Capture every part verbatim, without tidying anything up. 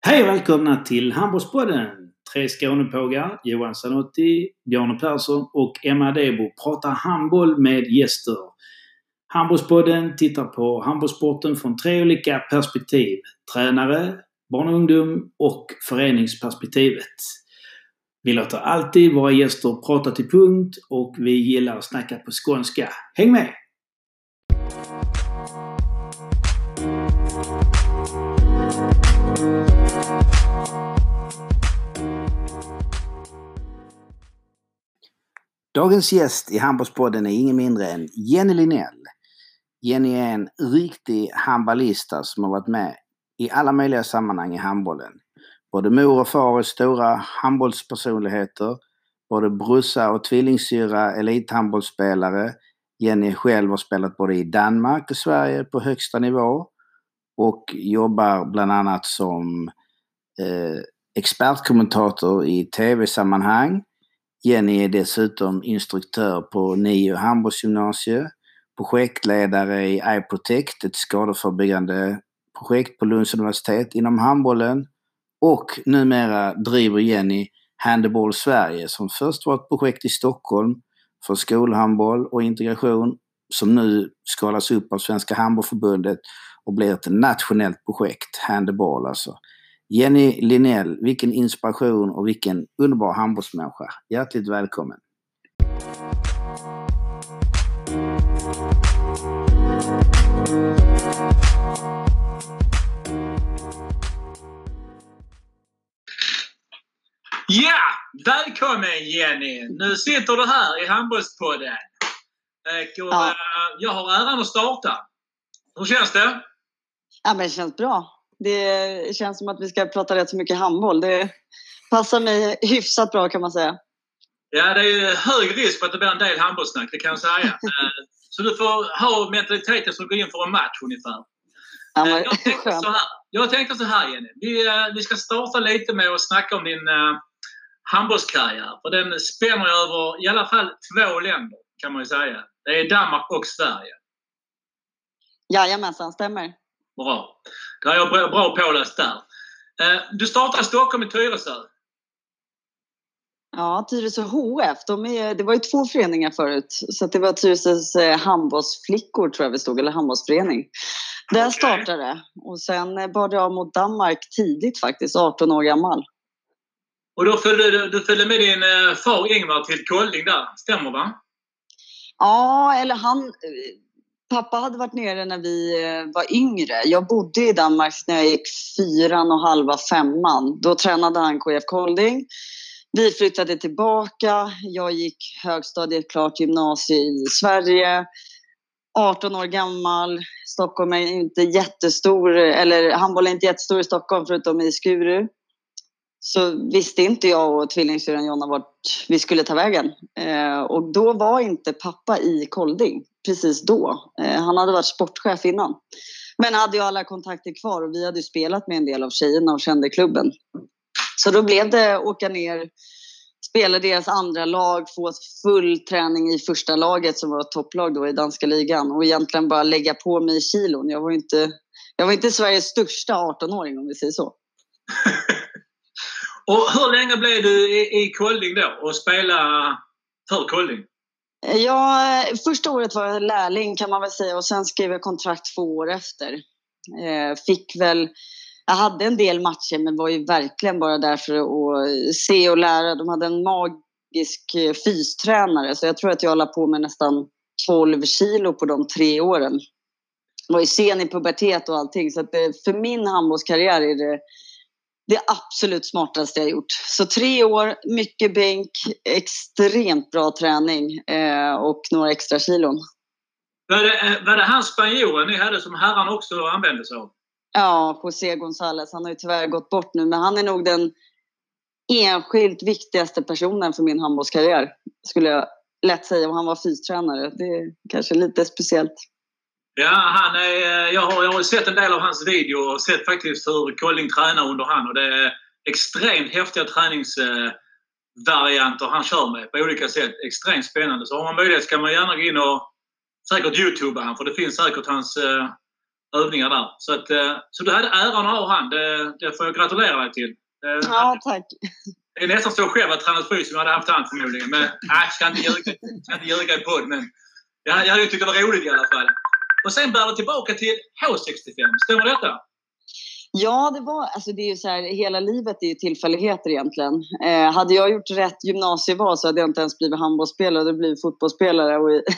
Hej och välkomna till Handbollspodden. Tre Skånepågar, Johan Zanotti, Bjarne Persson och Emma Debo pratar handboll med gäster. Handbollspodden tittar på handbollssporten från tre olika perspektiv. Tränare, barn och ungdom och föreningsperspektivet. Vi låter alltid våra gäster prata till punkt och vi gillar att snacka på skånska. Häng med! Dagens gäst i Handbollspodden är ingen mindre än Jenny Linell. Jenny är en riktig handbollista som har varit med i alla möjliga sammanhang i handbollen. Både mor och far är stora handbollspersonligheter. Både brussa och tvillingsyra elithandbollsspelare. Jenny själv har spelat både i Danmark och Sverige på högsta nivå. Och jobbar bland annat som eh, expertkommentator i tv-sammanhang. Jenny är dessutom instruktör på Nio handbollsgymnasie, projektledare i iProtect, ett skadeförebyggande projekt på Lunds universitet inom handbollen, och numera driver Jenny Handboll Sverige som först var ett projekt i Stockholm för skolhandboll och integration som nu skalas upp av Svenska handbollförbundet och blir ett nationellt projekt, Handboll alltså. Jenny Linell, vilken inspiration och vilken underbar handbollsmänniska. Hjärtligt välkommen. Ja, välkommen Jenny. Nu sitter du här i Handbollspodden. Och ja. Jag har äran att starta. Hur känns det? Ja, men det känns bra. Det känns som att vi ska prata rätt så mycket handboll. Det passar mig hyfsat bra kan man säga. Ja, det är hög risk för att det blir en del handbollssnack, det kan jag säga. Så du får ha mentaliteten som går in för en match ungefär. Ja, men, jag, tänkte så här, jag tänkte så här Jenny. Vi, vi ska starta lite med att snacka om din uh, handbollskarriär. För den spänner över i alla fall två länder kan man ju säga. Det är Danmark och Sverige. Jajamensan, stämmer. Bra. Det har jag bra, bra påläst där. Eh, du startade i Stockholm i Tyresö. Ja, Tyresö H F. De är, det var ju två föreningar förut. Så det var Tyresös eh, handbollsflickor tror jag vi stod. Eller handbollsförening. Där okay. startade det. Och sen eh, bad jag mot Danmark tidigt faktiskt. arton år gammal. Och då följde du, du följde med din eh, far Ingvar till Kolding där. Stämmer va? Ja, eller han... Pappa hade varit nere när vi var yngre. Jag bodde i Danmark när jag gick fyran och halva femman. Då tränade han K F Kolding. Vi flyttade tillbaka. Jag gick högstadiet klart gymnasie i Sverige. arton år gammal. Stockholm är inte jättestor. Eller handboll är inte jättestor i Stockholm förutom i Skuru. Så visste inte jag och tvillingsyrran Jonna vart vi skulle ta vägen. Eh, och då var inte pappa i Kolding precis då. Eh, han hade varit sportchef innan. Men hade ju alla kontakter kvar och vi hade ju spelat med en del av tjejerna och kände klubben. Så då blev det åka ner, spela deras andra lag, få full träning i första laget som var ett topplag då i danska ligan. Och egentligen bara lägga på mig i kilon. Jag var inte, jag var inte Sveriges största arton-åring om vi säger så. Och hur länge blev du i, i Kolding då och spela för Kolding? Ja, första året var jag lärling kan man väl säga och sen skrev jag kontrakt två år efter. Eh, fick väl, jag hade en del matcher men var ju verkligen bara där för att se och lära. De hade en magisk fystränare så jag tror att jag la på med nästan tolv kilo på de tre åren. Jag var ju sen i pubertet och allting så att det, för min handbollskarriär är det det absolut smartaste jag gjort. Så tre år, mycket bänk, extremt bra träning eh, och några extra kilon. Var det, var det hans spanjoren ni hade som herran också använde sig av? Ja, José González. Han har ju tyvärr gått bort nu. Men han är nog den enskilt viktigaste personen för min handbollskarriär. Skulle jag lätt säga om han var fystränare. Det är kanske lite speciellt. Ja, han är, jag, har, jag har sett en del av hans video och sett faktiskt hur Kolding tränar under han. Och det är extremt häftiga träningsvarianter han kör med på olika sätt. Extremt spännande. Så om man möjlighet kan man gärna gå in och säkert YouTubea han. För det finns säkert hans, övningar där. Så, att, så du hade äran att ha han. Det, det får jag gratulera dig till. Ja, tack. Det är nästan så själv att tränat fys som jag hade haft han förmodligen. Men nej, jag ska inte ljuga, ska inte ljuga i podd. Men jag, jag hade tyckt det var roligt i alla fall. Och sen bär det tillbaka till H sextiofem. Stämmer detta? Ja, det var, alltså det är ju så här, hela livet är ju tillfälligheter egentligen. Eh, hade jag gjort rätt gymnasieval så hade jag inte ens blivit handbollsspelare, och blivit fotbollsspelare. Och i,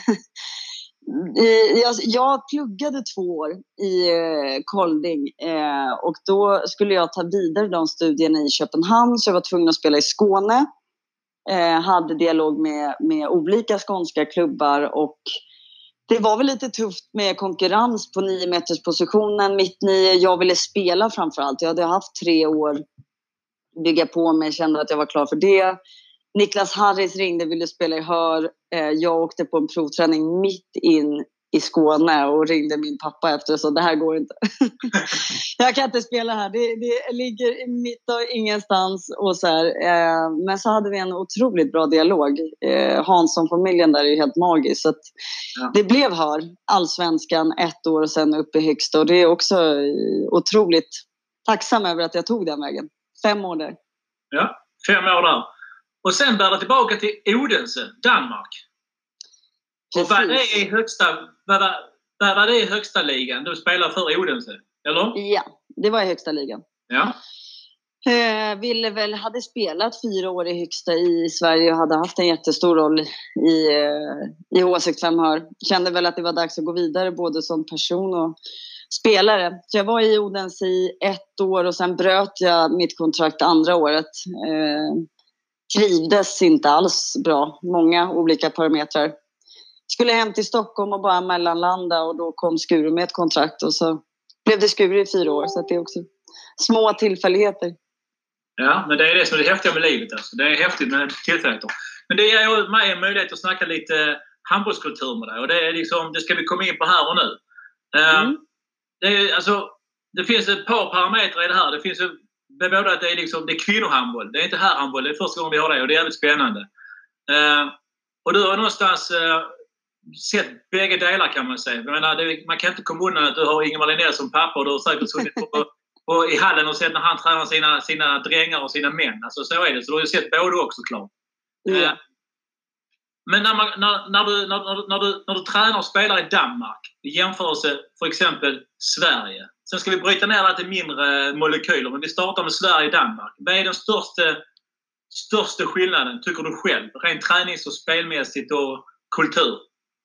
i, jag, jag pluggade två år i eh, Kolding eh, och då skulle jag ta vidare de studierna i Köpenhamn, så jag var tvungen att spela i Skåne. Eh, hade dialog med, med olika skånska klubbar, och det var väl lite tufft med konkurrens på nio meters positionen, mitt nio. Jag ville spela framförallt. Jag hade haft tre år bygga på mig, kände att jag var klar för det. Niklas Harris ringde, ville spela i Hör. Jag åkte på en provträning mitt in i Skåne och ringde min pappa efter och sa, det här går inte. Jag kan inte spela här. Det, det ligger mitt av ingenstans. Och så här. Men så hade vi en otroligt bra dialog. Hansson-familjen där är ju helt magisk. Så att ja. Det blev Hör, allsvenskan, ett år och sen upp i högsta. Och det är också otroligt tacksam över att jag tog den vägen. Fem år där. Ja, fem år där. Och sen bär det tillbaka till Odense, Danmark. Och vad är i högsta, vad, vad, vad är i högsta ligan? Du spelar för Odense, eller? Ja, det var i högsta ligan. Ja. Eh, ville väl, hade spelat fyra år i högsta i Sverige och hade haft en jättestor roll i, eh, i H sextiofem Hör. Kände väl att det var dags att gå vidare både som person och spelare. Så jag var i Odense i ett år och sen bröt jag mitt kontrakt andra året. Eh, trivdes inte alls bra. Många olika parametrar. Skulle hem till Stockholm och bara mellanlanda, och då kom Skuru med ett kontrakt och så blev det Skuru i fyra år. Så att det är också små tillfälligheter. Ja, men det är det som är det häftiga med livet. Alltså. Det är häftigt med tillfälligheter. Men det ger mig en möjlighet att snacka lite handbollskultur med dig. Och det, är liksom, det ska vi komma in på här och nu. Mm. Det, är, alltså, det finns ett par parametrar i det här. Det finns både att det är, liksom, det är kvinnohandboll. Det är inte herrhandboll. Det är första gången vi har det och det är jävligt spännande. Uh, och du har någonstans uh, sett bägge delar, kan man säga. Jag menar, det, man kan inte komma undan att du har Ingemar Linnell som pappa, och du har säkert suttit på, på, på, i hallen och sett när han tränar sina, sina drängar och sina män. Alltså så är det. Så du har ju sett både också, klart. Mm. Uh, men när, man, när, när, du, när, när, du, när du tränar och spelar i Danmark i jämförelse för exempel Sverige. Sen ska vi bryta ner det till mindre molekyler, men vi startar med Sverige och Danmark. Vad är den största, största skillnaden, tycker du själv? Rent tränings- och spelmässigt och kultur?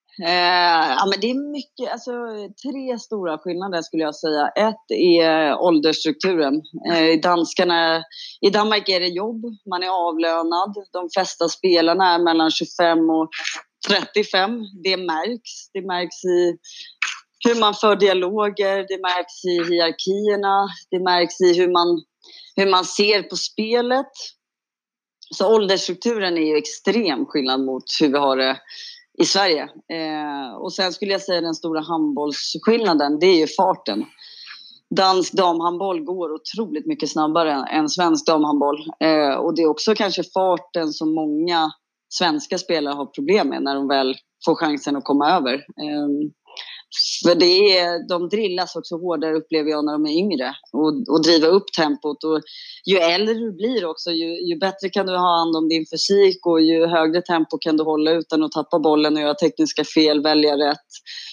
Eh, ja, men det är mycket, alltså, tre stora skillnader skulle jag säga. Ett är åldersstrukturen. Eh, i, danskarna, I Danmark är det jobb, man är avlönad. De flesta spelarna är mellan tjugofem och trettiofem. Det märks. Det märks i hur man för dialoger, det märks i hierarkierna, det märks i hur man, hur man ser på spelet. Så åldersstrukturen är ju extrem skillnad mot hur vi har det i Sverige. Eh, och sen skulle jag säga den stora handbollsskillnaden, det är ju farten. Dansk damhandboll går otroligt mycket snabbare än svensk damhandboll. Eh, och det är också kanske farten som många svenska spelare har problem med när de väl får chansen att komma över. Eh, för det är, de drillas också hårdare, upplever jag, när de är yngre. Och, och driva upp tempot. Och ju äldre du blir också, ju, ju bättre kan du ha hand om din fysik. Och ju högre tempo kan du hålla utan att tappa bollen och göra tekniska fel, välja rätt.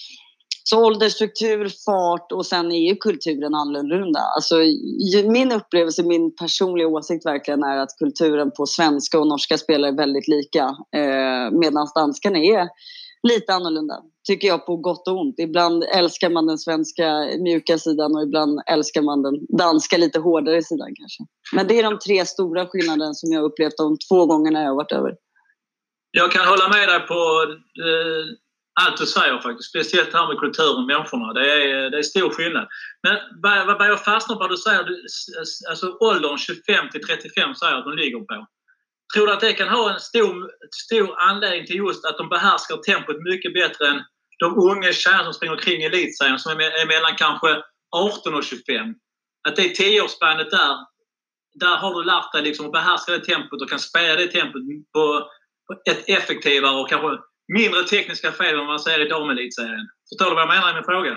Så åldersstruktur, fart och sen är ju kulturen annorlunda. Alltså, min upplevelse, min personliga åsikt verkligen är att kulturen på svenska och norska spelare är väldigt lika. Eh, medan danskarna är lite annorlunda, tycker jag, på gott och ont. Ibland älskar man den svenska mjuka sidan och ibland älskar man den danska lite hårdare sidan kanske. Men det är de tre stora skillnaderna som jag har upplevt de två gångerna jag har varit över. Jag kan hålla med dig på eh, allt du säger faktiskt. Speciellt här med kulturen, människorna. Det är, det är stor skillnad. Men vad, vad jag fastnar på, du säger, du, alltså åldern tjugofem till trettiofem säger att de ligger på. Tror du att det kan ha en stor, stor anledning till just att de behärskar tempot mycket bättre än de unga tjejer som springer kring i elitserien som är mellan kanske arton och tjugofem? Att det är tioårsspannet där, där har du lärt dig liksom att behärska det tempot och kan spela det tempot på, på ett effektivare och kanske mindre tekniska fel än man säger i damelitserien. Förstår du vad jag menar i min fråga?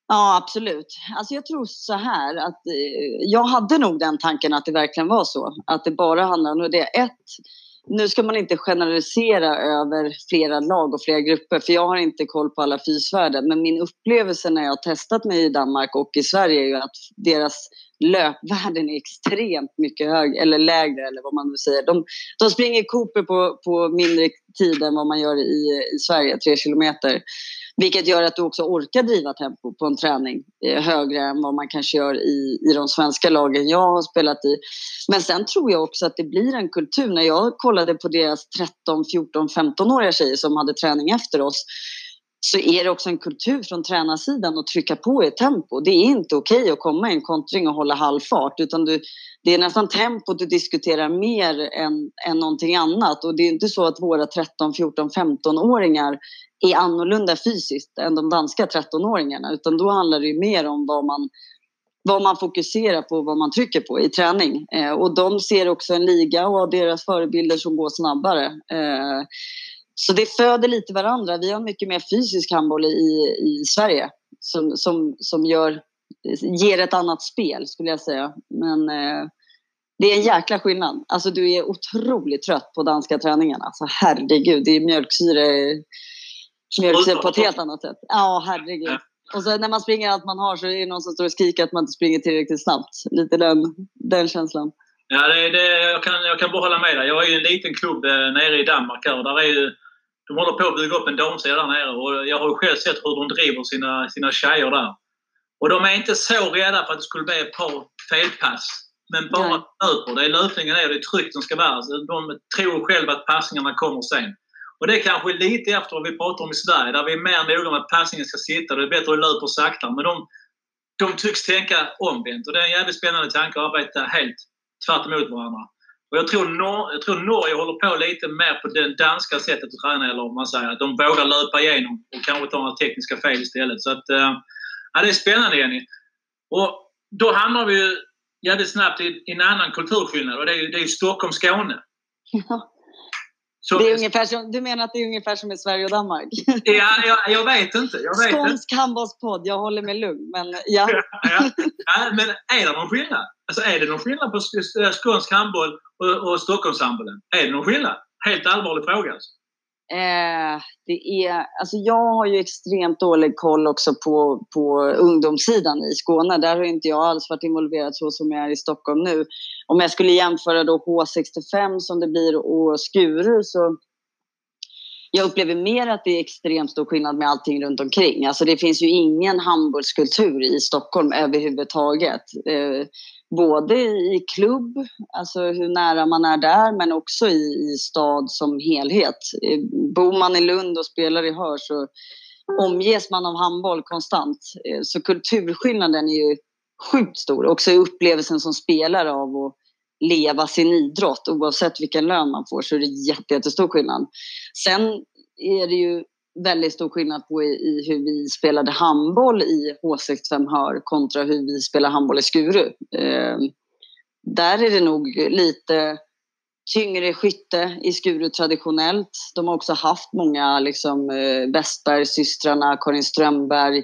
Ja, absolut. Alltså jag tror så här att eh, jag hade nog den tanken att det verkligen var så. Att det bara handlar om det. Ett, nu ska man inte generalisera över flera lag och flera grupper. För jag har inte koll på alla fysvärden. Men min upplevelse när jag har testat mig i Danmark och i Sverige är ju att deras löpvärden är extremt mycket högre. Eller lägre, eller vad man vill säga. De, de springer Cooper på, på mindre tid än vad man gör i, i Sverige, tre kilometer. Vilket gör att du också orkar driva tempo på en träning eh, högre än vad man kanske gör i, i de svenska lagen jag har spelat i. Men sen tror jag också att det blir en kultur. När jag kollade på deras tretton, fjorton, femton-åriga tjejer som hade träning efter oss, så är det också en kultur från tränarsidan att trycka på i tempo. Det är inte okej att komma i en kontring och hålla halvfart, utan du, det är nästan tempot du diskuterar mer än, än någonting annat. Och det är inte så att våra tretton, fjorton, femton-åringar är annorlunda fysiskt än de danska tretton-åringarna, utan då handlar det ju mer om vad man, vad man fokuserar på, vad man trycker på i träning. Eh, och de ser också en liga och deras förebilder som går snabbare. Eh, Så det föder lite varandra. Vi har mycket mer fysisk handboll i, i Sverige som, som, som gör, ger ett annat spel, skulle jag säga. Men eh, det är en jäkla skillnad. Alltså du är otroligt trött på danska träningarna. Alltså herregud, det är mjölksyre, mjölksyre på ett helt annat sätt. Ja, herregud. Och så när man springer allt man har så är det någon som står och skriker att man inte springer tillräckligt snabbt. Lite den, den känslan. Ja, det, det, jag, kan, jag kan bara hålla med dig. Jag är ju en liten klubb eh, nere i Danmark här. Där är ju, de håller på att bygga upp en damserie där nere. Och jag har ju själv sett hur de driver sina, sina tjejer där. Och de är inte så rädda för att det skulle bli ett par felpass. Men bara löper. Det är löpningen är och det är tryck som ska vara. De tror själva att passningarna kommer sen. Och det är kanske lite efter vad vi pratar om i Sverige. Där vi är mer noga med att passningen ska sitta. Det är bättre att löpa saktare. Men de, de tycks tänka omvänt. Och det är en jävligt spännande tanke att arbeta helt tvärt emot varandra. Och jag tror, Nor- jag tror Norge håller på lite mer på det danska sättet att träna. Eller om man säger att de vågar löpa igenom. Och kanske ta några tekniska fel istället. Så att, äh, ja, det är spännande, Jenny. Och då hamnar vi ju jävligt snabbt i, i en annan kulturskillnad. Och det är ju, det är ju Stockholm-Skåne. Ja. Så, det är ungefär som, du menar att det är ungefär som i Sverige och Danmark? Ja, jag, jag vet inte. Jag vet Skånsk handbollspodd, jag håller mig lugn. Men, ja. ja, ja, ja, men är det någon skillnad? Alltså, är det någon skillnad på skånsk handboll och, och Stockholmshandbollen? Är det någon skillnad? Helt allvarlig fråga. Alltså. Eh, det är, alltså jag har ju extremt dålig koll också på, på ungdomssidan i Skåne. Där har inte jag alls varit involverad så som jag är i Stockholm nu. Om jag skulle jämföra då H sextiofem som det blir och Skuru, så jag upplever mer att det är extremt stor skillnad med allting runt omkring. Alltså det finns ju ingen handbollskultur i Stockholm överhuvudtaget. Eh, både i klubb, alltså hur nära man är där, men också i, i stad som helhet. Eh, bor man i Lund och spelar i Höör så omges man av handboll konstant. Eh, så kulturskillnaden är ju sjukt stor. Också i upplevelsen som spelare av att leva sin idrott, oavsett vilken lön man får, så är det jätte, jättestor skillnad. Sen är det ju väldigt stor skillnad på i, i hur vi spelade handboll i H sextiofem Höör kontra hur vi spelar handboll i Skuru. Eh, där är det nog lite tyngre skytte i Skuru traditionellt. De har också haft många liksom eh, Westberg-systrarna, Karin Strömberg,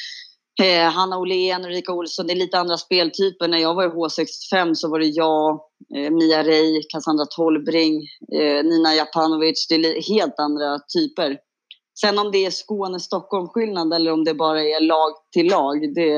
Eh, Hanna Åhlén och Rika Olsson. Det är lite andra speltyper. När jag var i H sextiofem så var det jag, eh, Mia Rey, Cassandra Tolbring, eh, Nina Japanovic. Det är helt andra typer. Sen om det är Skåne-Stockholm-skillnad eller om det bara är lag till lag, det,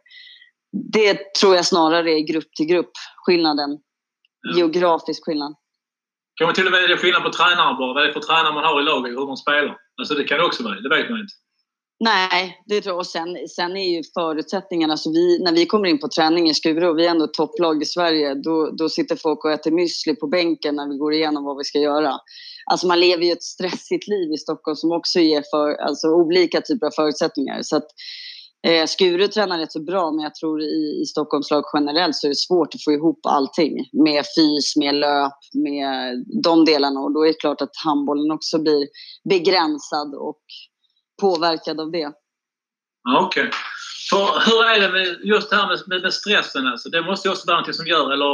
det tror jag snarare är grupp till grupp skillnaden. Ja. Geografisk skillnad. Kan man till och med det skillnad på tränare bara? Vad är det för tränare man har i laget, hur man spelar? Alltså det kan det också vara, det vet man inte. Nej, det tror jag. Och sen, sen är ju förutsättningarna, alltså vi, när vi kommer in på träning i Skuru och vi är ändå topplag i Sverige, då, då sitter folk och äter müsli på bänken när vi går igenom vad vi ska göra. Alltså man lever ju ett stressigt liv i Stockholm som också ger för, alltså olika typer av förutsättningar. Så att eh, Skuru tränar rätt så bra, men jag tror i, i Stockholms lag generellt så är det svårt att få ihop allting med fys, med löp, med de delarna. Och då är det klart att handbollen också blir begränsad och påverkad av det. Okej. Okay. Hur är det med just det här med, med stressen? Alltså? Det måste ju också vara något som gör, eller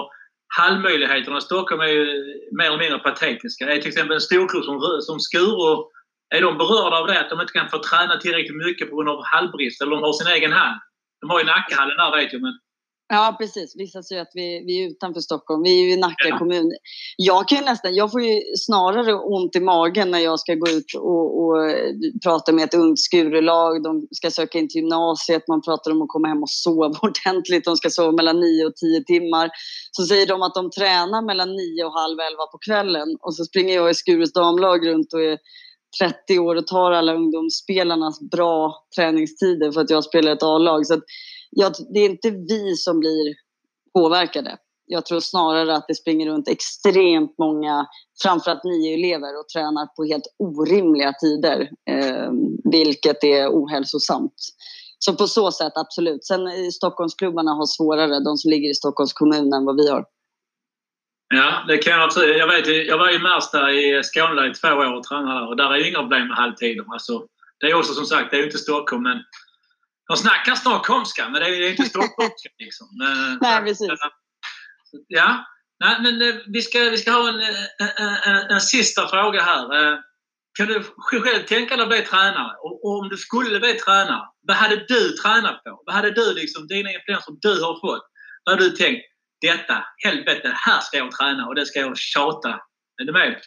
halvmöjligheterna i Stockholm är ju mer eller mindre patetiska. Är till exempel en storklubb som, som Skuru är de berörda av det att de inte kan få träna tillräckligt mycket på grund av hallbrist eller de har sin egen hall? De har ju Nackahallen där, vet jag, men... Ja, precis. Vissa säger att vi, vi är utanför Stockholm. Vi är ju i Nacka ja. kommun. Jag kan ju nästan, jag får ju snarare ont i magen när jag ska gå ut och, och prata med ett ungt skurelag. De ska söka in till gymnasiet. Man pratar om att komma hem och sova ordentligt. De ska sova mellan nio och tio timmar. Så säger de att de tränar mellan nio och halv elva på kvällen. Och så springer jag i Skures damlag runt och är trettio år och tar alla ungdomsspelarnas bra träningstider för att jag spelar ett A-lag. Så att ja, det är inte vi som blir påverkade. Jag tror snarare att det springer runt extremt många, framförallt nio elever och tränar på helt orimliga tider, eh, vilket är ohälsosamt. Så på så sätt absolut. Sen i Stockholmsklubbarna har svårare, de som ligger i Stockholms kommun, än vad vi har. Ja, det kan jag absolut. Jag vet, jag var i Märsta i Skåne i två år och tränade där, och där är ju inga problem med halvtider. Alltså, det är också som sagt, det är ju inte Stockholm, men de snackar stockholmska, men det är inte stockholmska liksom. Men, nej, precis. Ja, nej, men vi ska, vi ska ha en, en, en, en sista fråga här. Kan du själv tänka dig att bli tränare? Och, och om du skulle bli tränare, vad hade du tränat på? Vad hade du, liksom, dina influenser du har fått? Vad hade du tänkt? Detta, helvete, här ska jag träna och det ska jag tjata. Är du med?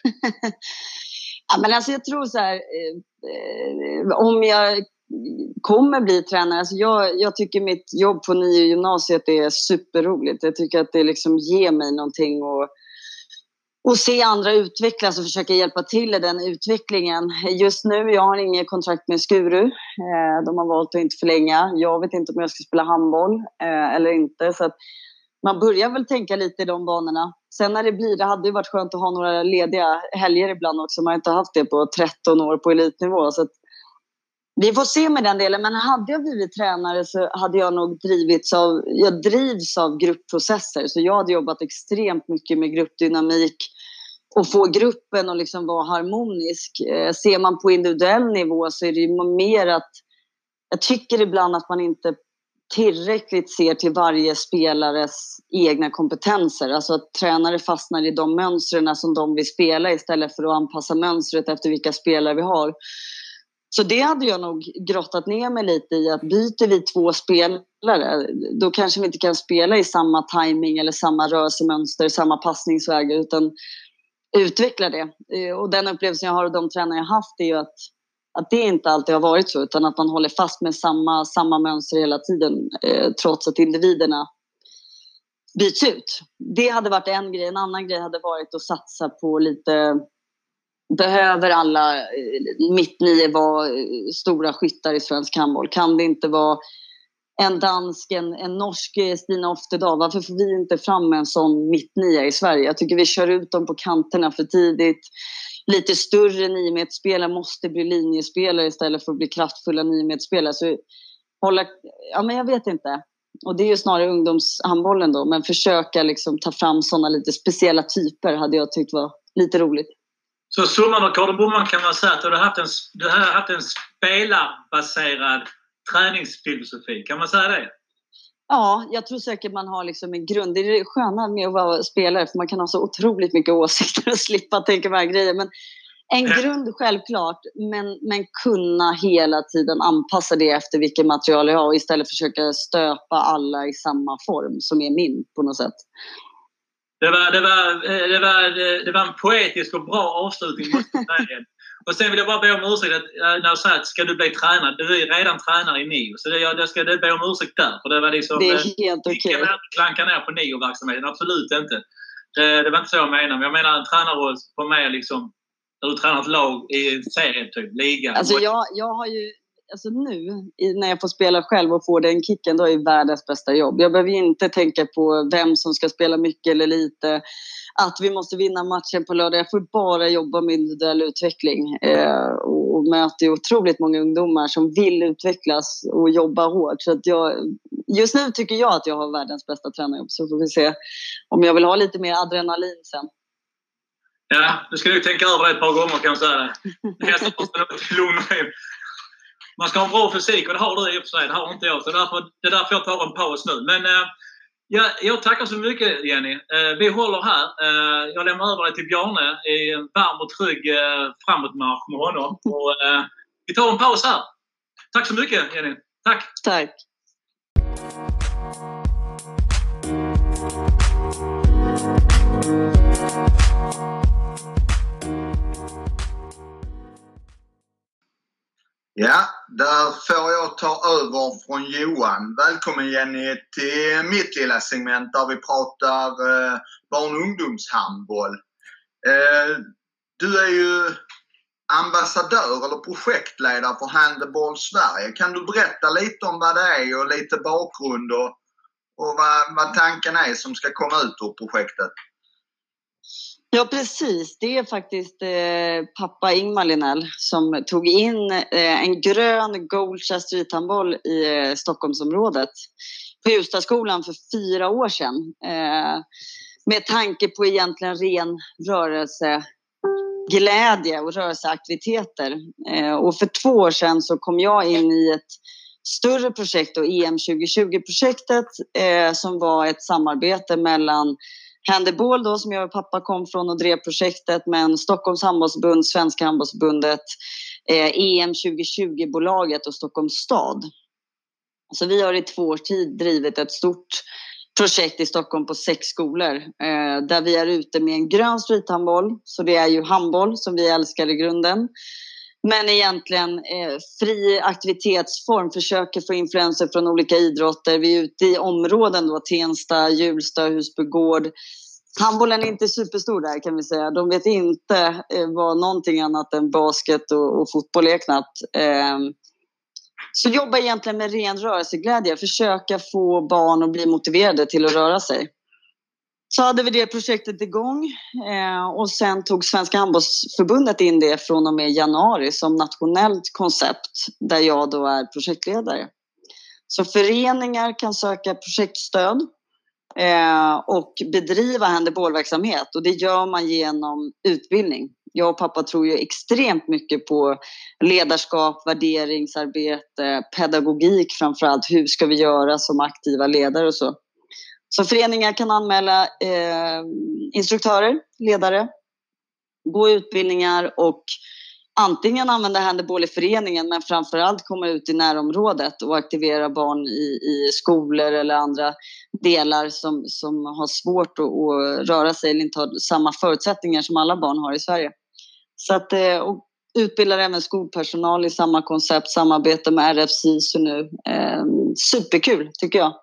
Ja, men alltså jag tror så här, eh, om jag kommer bli tränare, alltså jag, jag tycker mitt jobb på nio gymnasiet är superroligt. Jag tycker att det liksom ger mig någonting och, och se andra utvecklas och försöka hjälpa till i den utvecklingen. Just nu, jag har ingen kontrakt med Skuru. Eh, de har valt att inte förlänga. Jag vet inte om jag ska spela handboll eh, eller inte, så att man börjar väl tänka lite i de banorna. Sen när det blir, det hade ju varit skönt att ha några lediga helger ibland också. Man har inte haft det på tretton år på elitnivå. Så att vi får se med den delen. Men hade jag blivit tränare så hade jag nog drivits av, jag drivs av gruppprocesser. Så jag hade jobbat extremt mycket med gruppdynamik och få gruppen att liksom vara harmonisk. Eh, ser man på individuell nivå så är det ju mer att jag tycker ibland att man inte tillräckligt ser till varje spelares egna kompetenser. Alltså att tränare fastnar i de mönstren som de vill spela istället för att anpassa mönstret efter vilka spelare vi har. Så det hade jag nog grottat ner mig lite i, att byter vi två spelare, då kanske vi inte kan spela i samma timing eller samma rörelsemönster, samma passningsvägar, utan utveckla det. Och den upplevelsen jag har och de tränare jag haft är ju att Att det inte alltid har varit så, utan att man håller fast med samma, samma mönster hela tiden eh, trots att individerna byts ut. Det hade varit en grej. En annan grej hade varit att satsa på lite, behöver alla eh, mittnio vara eh, stora skyttar i svensk handboll? Kan det inte vara en dansk, en, en norsk Stina Oftedal? Varför får vi inte fram en sån mittnia i Sverige? Jag tycker vi kör ut dem på kanterna för tidigt. Lite större nio-meterspelare måste bli linjespelare istället för att bli kraftfulla nio-meterspelare. Så hålla, ja men jag vet inte. Och det är ju snarare ungdomshandbollen då. Men försöka liksom ta fram sådana lite speciella typer hade jag tyckt var lite roligt. Så summan och kardemumman kan man säga att du har haft en, du har haft en spelarbaserad träningsfilosofi. Kan man säga det? Ja, jag tror säkert man har liksom en grund. Det är det sköna med att vara spelare, för man kan ha så otroligt mycket åsikter och slippa tänka på grejer. Men en grund självklart, men, men kunna hela tiden anpassa det efter vilket material jag har och istället försöka stöpa alla i samma form som är min på något sätt. Det var, det var, det var, det var en poetisk och bra avslutning. Och sen vill jag bara be om ursäkt att, när jag sa att ska du bli tränad, du är redan tränare i N I O, så det, jag ska be om ursäkt där, för det var liksom, det är helt okej. Okay. Klanka ner på N I O-verksamheten, absolut inte. Det, det var inte så jag menar, men jag menar en tränarroll på mig liksom, när du tränar ett lag i en serie typ, liga. Alltså jag, jag har ju, alltså nu när jag får spela själv och får den kicken, då är det världens bästa jobb. Jag behöver inte tänka på vem som ska spela mycket eller lite, att vi måste vinna matchen på lördag. Jag får bara jobba med individuell utveckling eh, och, och möter otroligt många ungdomar som vill utvecklas och jobba hårt. Så att jag, just nu tycker jag att jag har världens bästa tränarjobb, så får vi se om jag vill ha lite mer adrenalin sen. Ja, du ska ju tänka över det ett par gånger, kan jag säga det. Man ska ha en bra fysik, och det har du i och för sig, det har inte jag. Så därför, det är därför jag tar en paus nu. Men eh, Ja, jag tackar så mycket, Jenny. Eh, vi håller här. Eh, jag lämnar över dig till Bjarne i en varm och trygg eh, framåtmarsch med honom. Och, eh, vi tar en paus här. Tack så mycket, Jenny. Tack. Tack. Ja, där får jag ta över från Johan. Välkommen Jenny till mitt lilla segment där vi pratar eh, barn- och ungdomshandboll. Eh, du är ju ambassadör eller projektledare för Handboll Sverige. Kan du berätta lite om vad det är och lite bakgrund och, och vad, vad tanken är som ska komma ut ur projektet? Ja, precis. Det är faktiskt eh, pappa Ingmar Linell som tog in eh, en grön Goldshare streethandboll i eh, Stockholmsområdet på Ljusdalsskolan för fyra år sedan. Eh, med tanke på egentligen ren rörelseglädje och rörelseaktiviteter. Eh, och för två år sedan så kom jag in i ett större projekt, och E M tjugo tjugo-projektet eh, som var ett samarbete mellan Handboll då, som jag och pappa kom från och drev projektet, men Stockholms handbollsförbund, Svenska handbollsförbundet, eh, E M tjugo tjugo-bolaget och Stockholms stad. Så vi har i två års tid drivit ett stort projekt i Stockholm på sex skolor eh, där vi är ute med en grön streethandboll. Så det är ju handboll som vi älskar i grunden. Men egentligen eh, fri aktivitetsform, försöker få influenser från olika idrotter. Vi är ute i områden då, Tensta, Hjulsta, Husbygård. Handbollen är inte superstor där kan vi säga. De vet inte eh, vad någonting annat än basket och, och fotboll är knappt. Eh, så jobba egentligen med ren rörelseglädje. Försöka få barn att bli motiverade till att röra sig. Så hade vi det projektet igång eh, och sen tog Svenska handbollsförbundet in det från och med januari som nationellt koncept där jag då är projektledare. Så föreningar kan söka projektstöd eh, och bedriva handbollverksamhet, och det gör man genom utbildning. Jag och pappa tror ju extremt mycket på ledarskap, värderingsarbete, pedagogik framförallt. Hur ska vi göra som aktiva ledare och så. Så föreningar kan anmäla eh, instruktörer, ledare, gå utbildningar och antingen använda handboll i föreningen, men framförallt komma ut i närområdet och aktivera barn i, i skolor eller andra delar som, som har svårt att, att röra sig eller inte har samma förutsättningar som alla barn har i Sverige. Så att, och utbildar även skolpersonal i samma koncept, samarbete med R F S I S U nu. Eh, superkul tycker jag.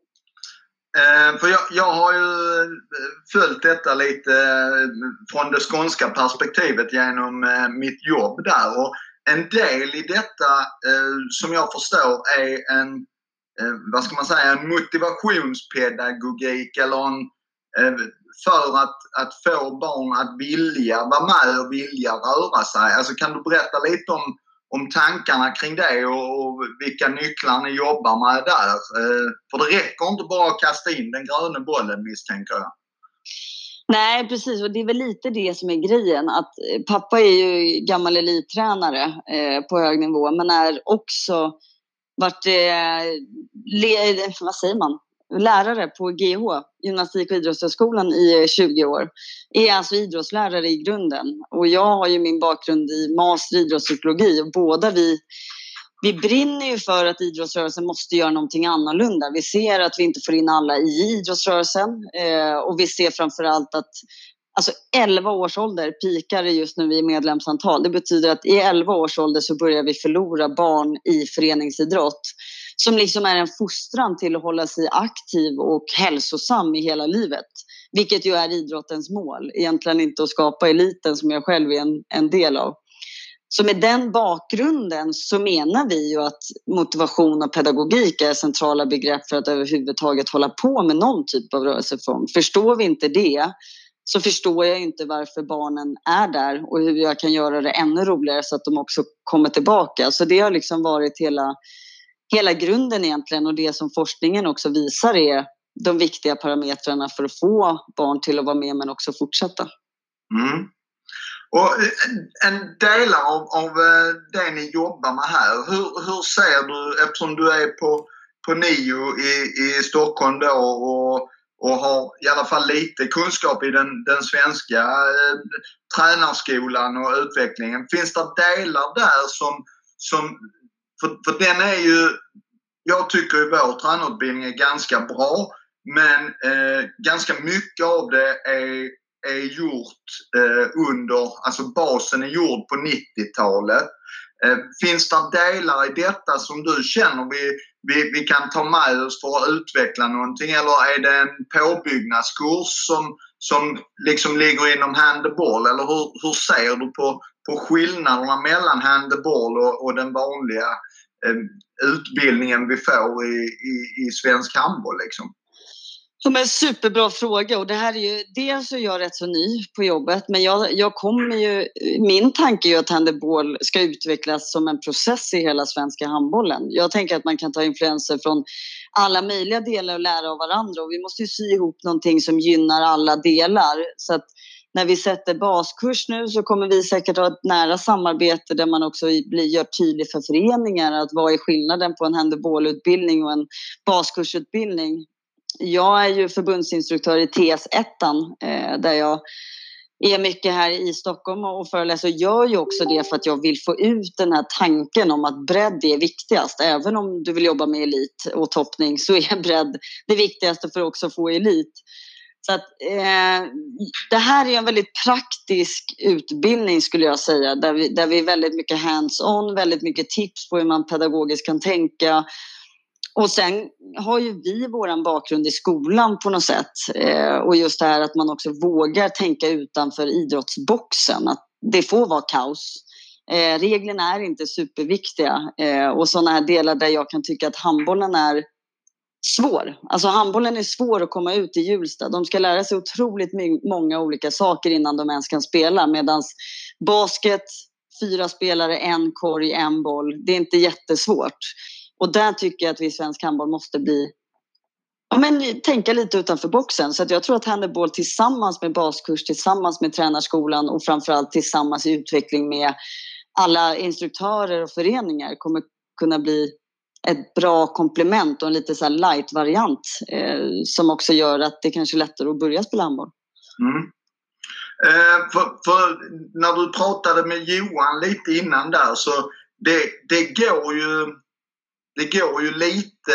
Eh, för jag, jag har ju följt detta lite från det skånska perspektivet genom eh, mitt jobb där. Och en del i detta eh, som jag förstår är en, eh, vad ska man säga, en motivationspedagogik eller en, eh, för att, att få barn att vilja vara med och vilja röra sig. Alltså kan du berätta lite om om tankarna kring det och, och vilka nycklar ni jobbar med där. Eh, för det räcker inte bara att kasta in den gröna bollen, misstänker jag. Nej, precis. Och det är väl lite det som är grejen. Att pappa är ju gammal elittränare eh, på hög nivå, men är också varit, eh, le, vad säger man? lärare på G H, Gymnastik- och idrottshögskolan i tjugo år. Är alltså idrottslärare i grunden. Och jag har ju min bakgrund i master i idrottspsykologi, och båda vi, vi brinner ju för att idrottsrörelsen måste göra någonting annorlunda. Vi ser att vi inte får in alla i idrottsrörelsen eh, och vi ser framförallt att alltså elva års ålder pikar just nu i medlemsantal. Det betyder att i elva års ålder så börjar vi förlora barn i föreningsidrott. Som liksom är en fostran till att hålla sig aktiv och hälsosam i hela livet. Vilket ju är idrottens mål. Egentligen inte att skapa eliten som jag själv är en, en del av. Så med den bakgrunden så menar vi ju att motivation och pedagogik är centrala begrepp för att överhuvudtaget hålla på med någon typ av rörelseform. Förstår vi inte det, så förstår jag inte varför barnen är där och hur jag kan göra det ännu roligare så att de också kommer tillbaka. Så det har liksom varit hela, hela grunden egentligen, och det som forskningen också visar är de viktiga parametrarna för att få barn till att vara med men också fortsätta. Mm. Och en del av, av det ni jobbar med här, hur, hur ser du, eftersom du är på, på NIO i, i Stockholm då och, och har i alla fall lite kunskap i den, den svenska eh, tränarskolan och utvecklingen. Finns det delar där som, som för, för den är ju, jag tycker ju vår tränarutbildning är ganska bra, men eh, ganska mycket av det är, är gjort eh, under, alltså basen är gjord på nittiotalet. Eh, finns det delar i detta som du känner vi, vi, vi kan ta med oss för att utveckla någonting, eller är det en påbyggnadskurs som, som liksom ligger inom handboll, eller hur, hur ser du på, på skillnaderna mellan handboll och, och den vanliga eh, utbildningen vi får i, i, i svensk handboll liksom? Som en superbra fråga, och det här är ju, dels är jag rätt så ny på jobbet, men jag, jag kommer ju, min tanke är ju att handboll ska utvecklas som en process i hela svenska handbollen. Jag tänker att man kan ta influenser från alla möjliga delar och lära av varandra, och vi måste ju sy ihop någonting som gynnar alla delar. Så att när vi sätter baskurs nu så kommer vi säkert ha ett nära samarbete där man också blir, gör tydligt för föreningar att vad är skillnaden på en handbollutbildning och en baskursutbildning. Jag är ju förbundsinstruktör i T S ett eh, där jag är mycket här i Stockholm och föreläser, och gör ju också det för att jag vill få ut den här tanken om att bredd är viktigast. Även om du vill jobba med elit och toppning så är bredd det viktigaste för att också få elit. Så att, eh, det här är en väldigt praktisk utbildning skulle jag säga, där vi, där vi är väldigt mycket hands-on, väldigt mycket tips på hur man pedagogiskt kan tänka. Och sen har ju vi våran bakgrund i skolan på något sätt. Eh, och just det här att man också vågar tänka utanför idrottsboxen. Att det får vara kaos. Eh, reglerna är inte superviktiga. Eh, och sådana här delar där jag kan tycka att handbollen är svår. Alltså handbollen är svår att komma ut i Hjulsta. De ska lära sig otroligt my- många olika saker innan de ens kan spela. Medan basket, fyra spelare, en korg, en boll. Det är inte jättesvårt. Och där tycker jag att vi i svensk handboll måste bli, ja, men, tänka lite utanför boxen. Så att jag tror att handboll tillsammans med baskurs, tillsammans med tränarskolan och framförallt tillsammans i utveckling med alla instruktörer och föreningar kommer kunna bli ett bra komplement och en lite så här light-variant eh, som också gör att det kanske är lättare att börja spela handboll. Mm. Eh, för, för när du pratade med Johan lite innan där, så det, det går ju Det går ju lite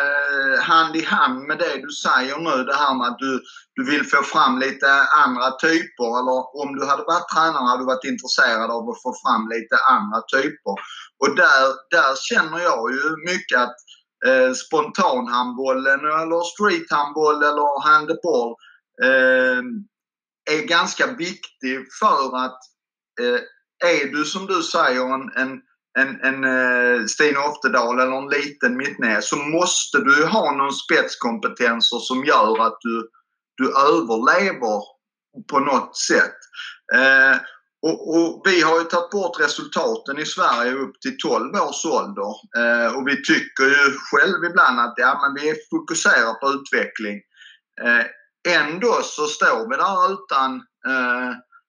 hand i hand med det du säger nu, det här med att du, du vill få fram lite andra typer, eller om du hade varit tränare hade du varit intresserad av att få fram lite andra typer. Och där, där känner jag ju mycket att eh, spontanhandbollen eller streethandboll eller handboll eh, är ganska viktig, för att eh, är du som du säger en, en en, en uh, Stina Oftedal eller en liten mittnä, så måste du ha någon spetskompetenser som gör att du, du överlever på något sätt. Uh, och, och vi har ju tagit bort resultaten i Sverige upp till tolv års ålder. Uh, och vi tycker ju själv ibland att ja, men vi är fokuserade på utveckling. Uh, ändå så står vi där utan uh,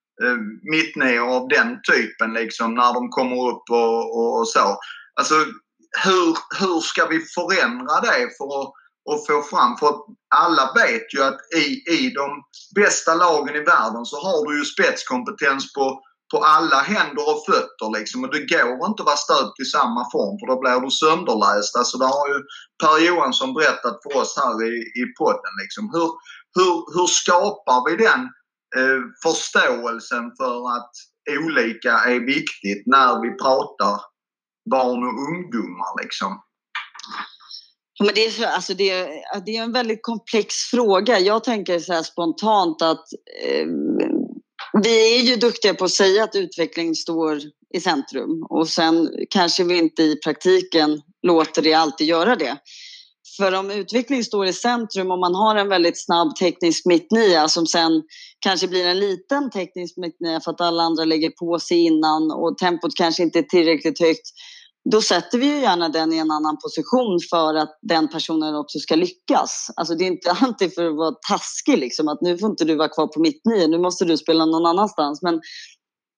mittnä av den typen liksom, när de kommer upp och, och så. Alltså hur, hur ska vi förändra det för att, att få fram, för att alla vet ju att i, i de bästa lagen i världen så har du ju spetskompetens på, på alla händer och fötter liksom, och det går inte att vara stöpt i samma form, för då blir du sönderläst. Alltså det har ju Per Johansson berättat för oss här i, i podden liksom. Hur, hur, hur skapar vi den förståelsen för att olika är viktigt när vi pratar barn och ungdomar liksom? Ja, men det, är, alltså det, det är en väldigt komplex fråga. Jag tänker så här spontant att eh, vi är ju duktiga på att säga att utveckling står i centrum, och sen kanske vi inte i praktiken låter det alltid göra det. För om utveckling står i centrum och man har en väldigt snabb teknisk mittnia som sen kanske blir en liten teknisk mittnia för att alla andra lägger på sig innan och tempot kanske inte är tillräckligt högt, då sätter vi ju gärna den i en annan position för att den personen också ska lyckas. Alltså det är inte alltid för att vara taskig liksom, att nu får inte du vara kvar på mittnia, nu måste du spela någon annanstans. Men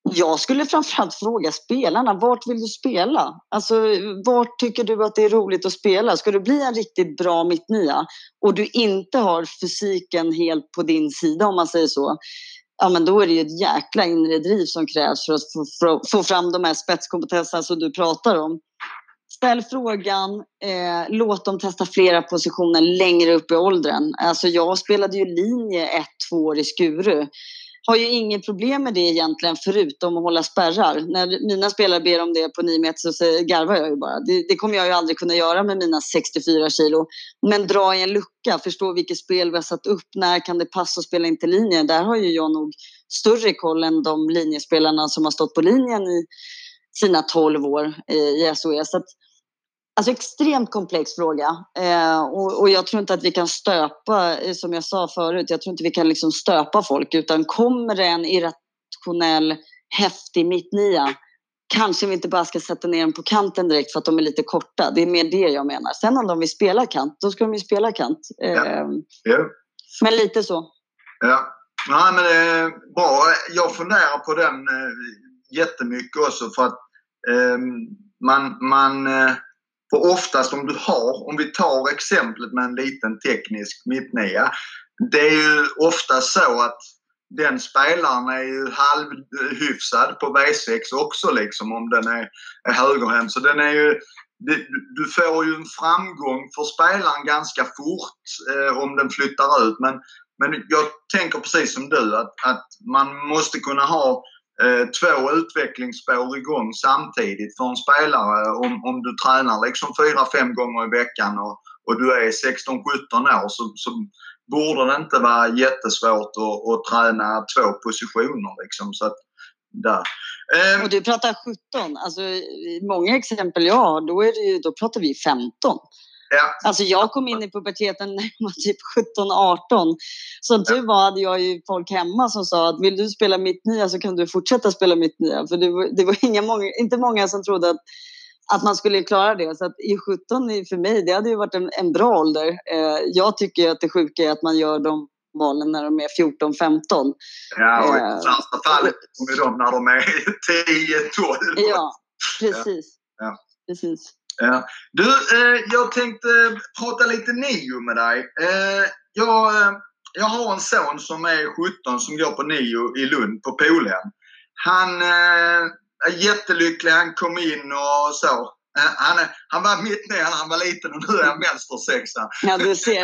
Jag skulle framförallt fråga spelarna, vart vill du spela? Alltså, vart tycker du att det är roligt att spela? Ska du bli en riktigt bra mittnia och du inte har fysiken helt på din sida, om man säger så, ja, men då är det ju ett jäkla inre driv som krävs för att få, för att få fram de här spetskompetenserna som du pratar om. Ställ frågan, eh, låt dem testa flera positioner längre upp i åldern. Alltså jag spelade ju linje ett, två år i Skuru. Har ju inget problem med det egentligen, förutom att hålla spärrar. När mina spelare ber om det på nio meter så garvar jag ju bara. Det, det kommer jag ju aldrig kunna göra med mina sextiofyra kilo. Men dra i en lucka, förstå vilket spel vi har satt upp. När kan det passa att spela in till linjen? Där har ju jag nog större koll än de linjespelarna som har stått på linjen i sina tolv år i S O E. Så att, alltså extremt komplex fråga. Eh, och, och jag tror inte att vi kan stöpa, som jag sa förut, jag tror inte vi kan liksom stöpa folk. Utan kommer det en irrationell, häftig mittnia, kanske vi inte bara ska sätta ner dem på kanten direkt för att de är lite korta. Det är mer det jag menar. Sen om de vill spela kant, då ska de ju spela kant. Eh, ja. Ja. Men lite så. Ja, nej men det är bra. Jag funderar på den eh, jättemycket också för att eh, man... man eh, för oftast om du har, om vi tar exemplet med en liten teknisk mittnia, det är ju ofta så att den spelaren är ju halvhyfsad på V sex också liksom, om den är, är högerhänt. Så den är ju, det, du får ju en framgång för spelaren ganska fort eh, om den flyttar ut. Men, men jag tänker precis som du att, att man måste kunna ha Eh, två utvecklingsspår igång samtidigt för en spelare om, om du tränar liksom fyra, fem gånger i veckan och, och du är sexton sjutton år så, så borde det inte vara jättesvårt att, att träna två positioner liksom, så att där. Eh, och du pratar sjutton, alltså många exempel jag har, då, är det ju, då pratar vi femton. Ja. Alltså jag kom in i puberteten när jag var typ sjutton arton. Som tur var hade jag ju folk hemma som sa att vill du spela mittnia så kan du fortsätta spela mittnia. För det var, det var inga många, inte många som trodde att, att man skulle klara det. Så att i sjutton för mig, det hade ju varit en, en bra ålder. Eh, jag tycker att det sjuka är att man gör de valen när de är fjorton femton. Ja, och i eh, första fallet kommer de när de är tio tolv. Ja, precis. Ja. Ja. Precis. Ja. Du, eh, jag tänkte prata lite nio med dig. Eh, jag, eh, jag har en son som är sjutton som går på nio i Lund på Polhem. Han eh, är jättelycklig, han kom in och så. Eh, han, han var mitt ner, han var liten och nu är han vänstersexa. Ja, du ser.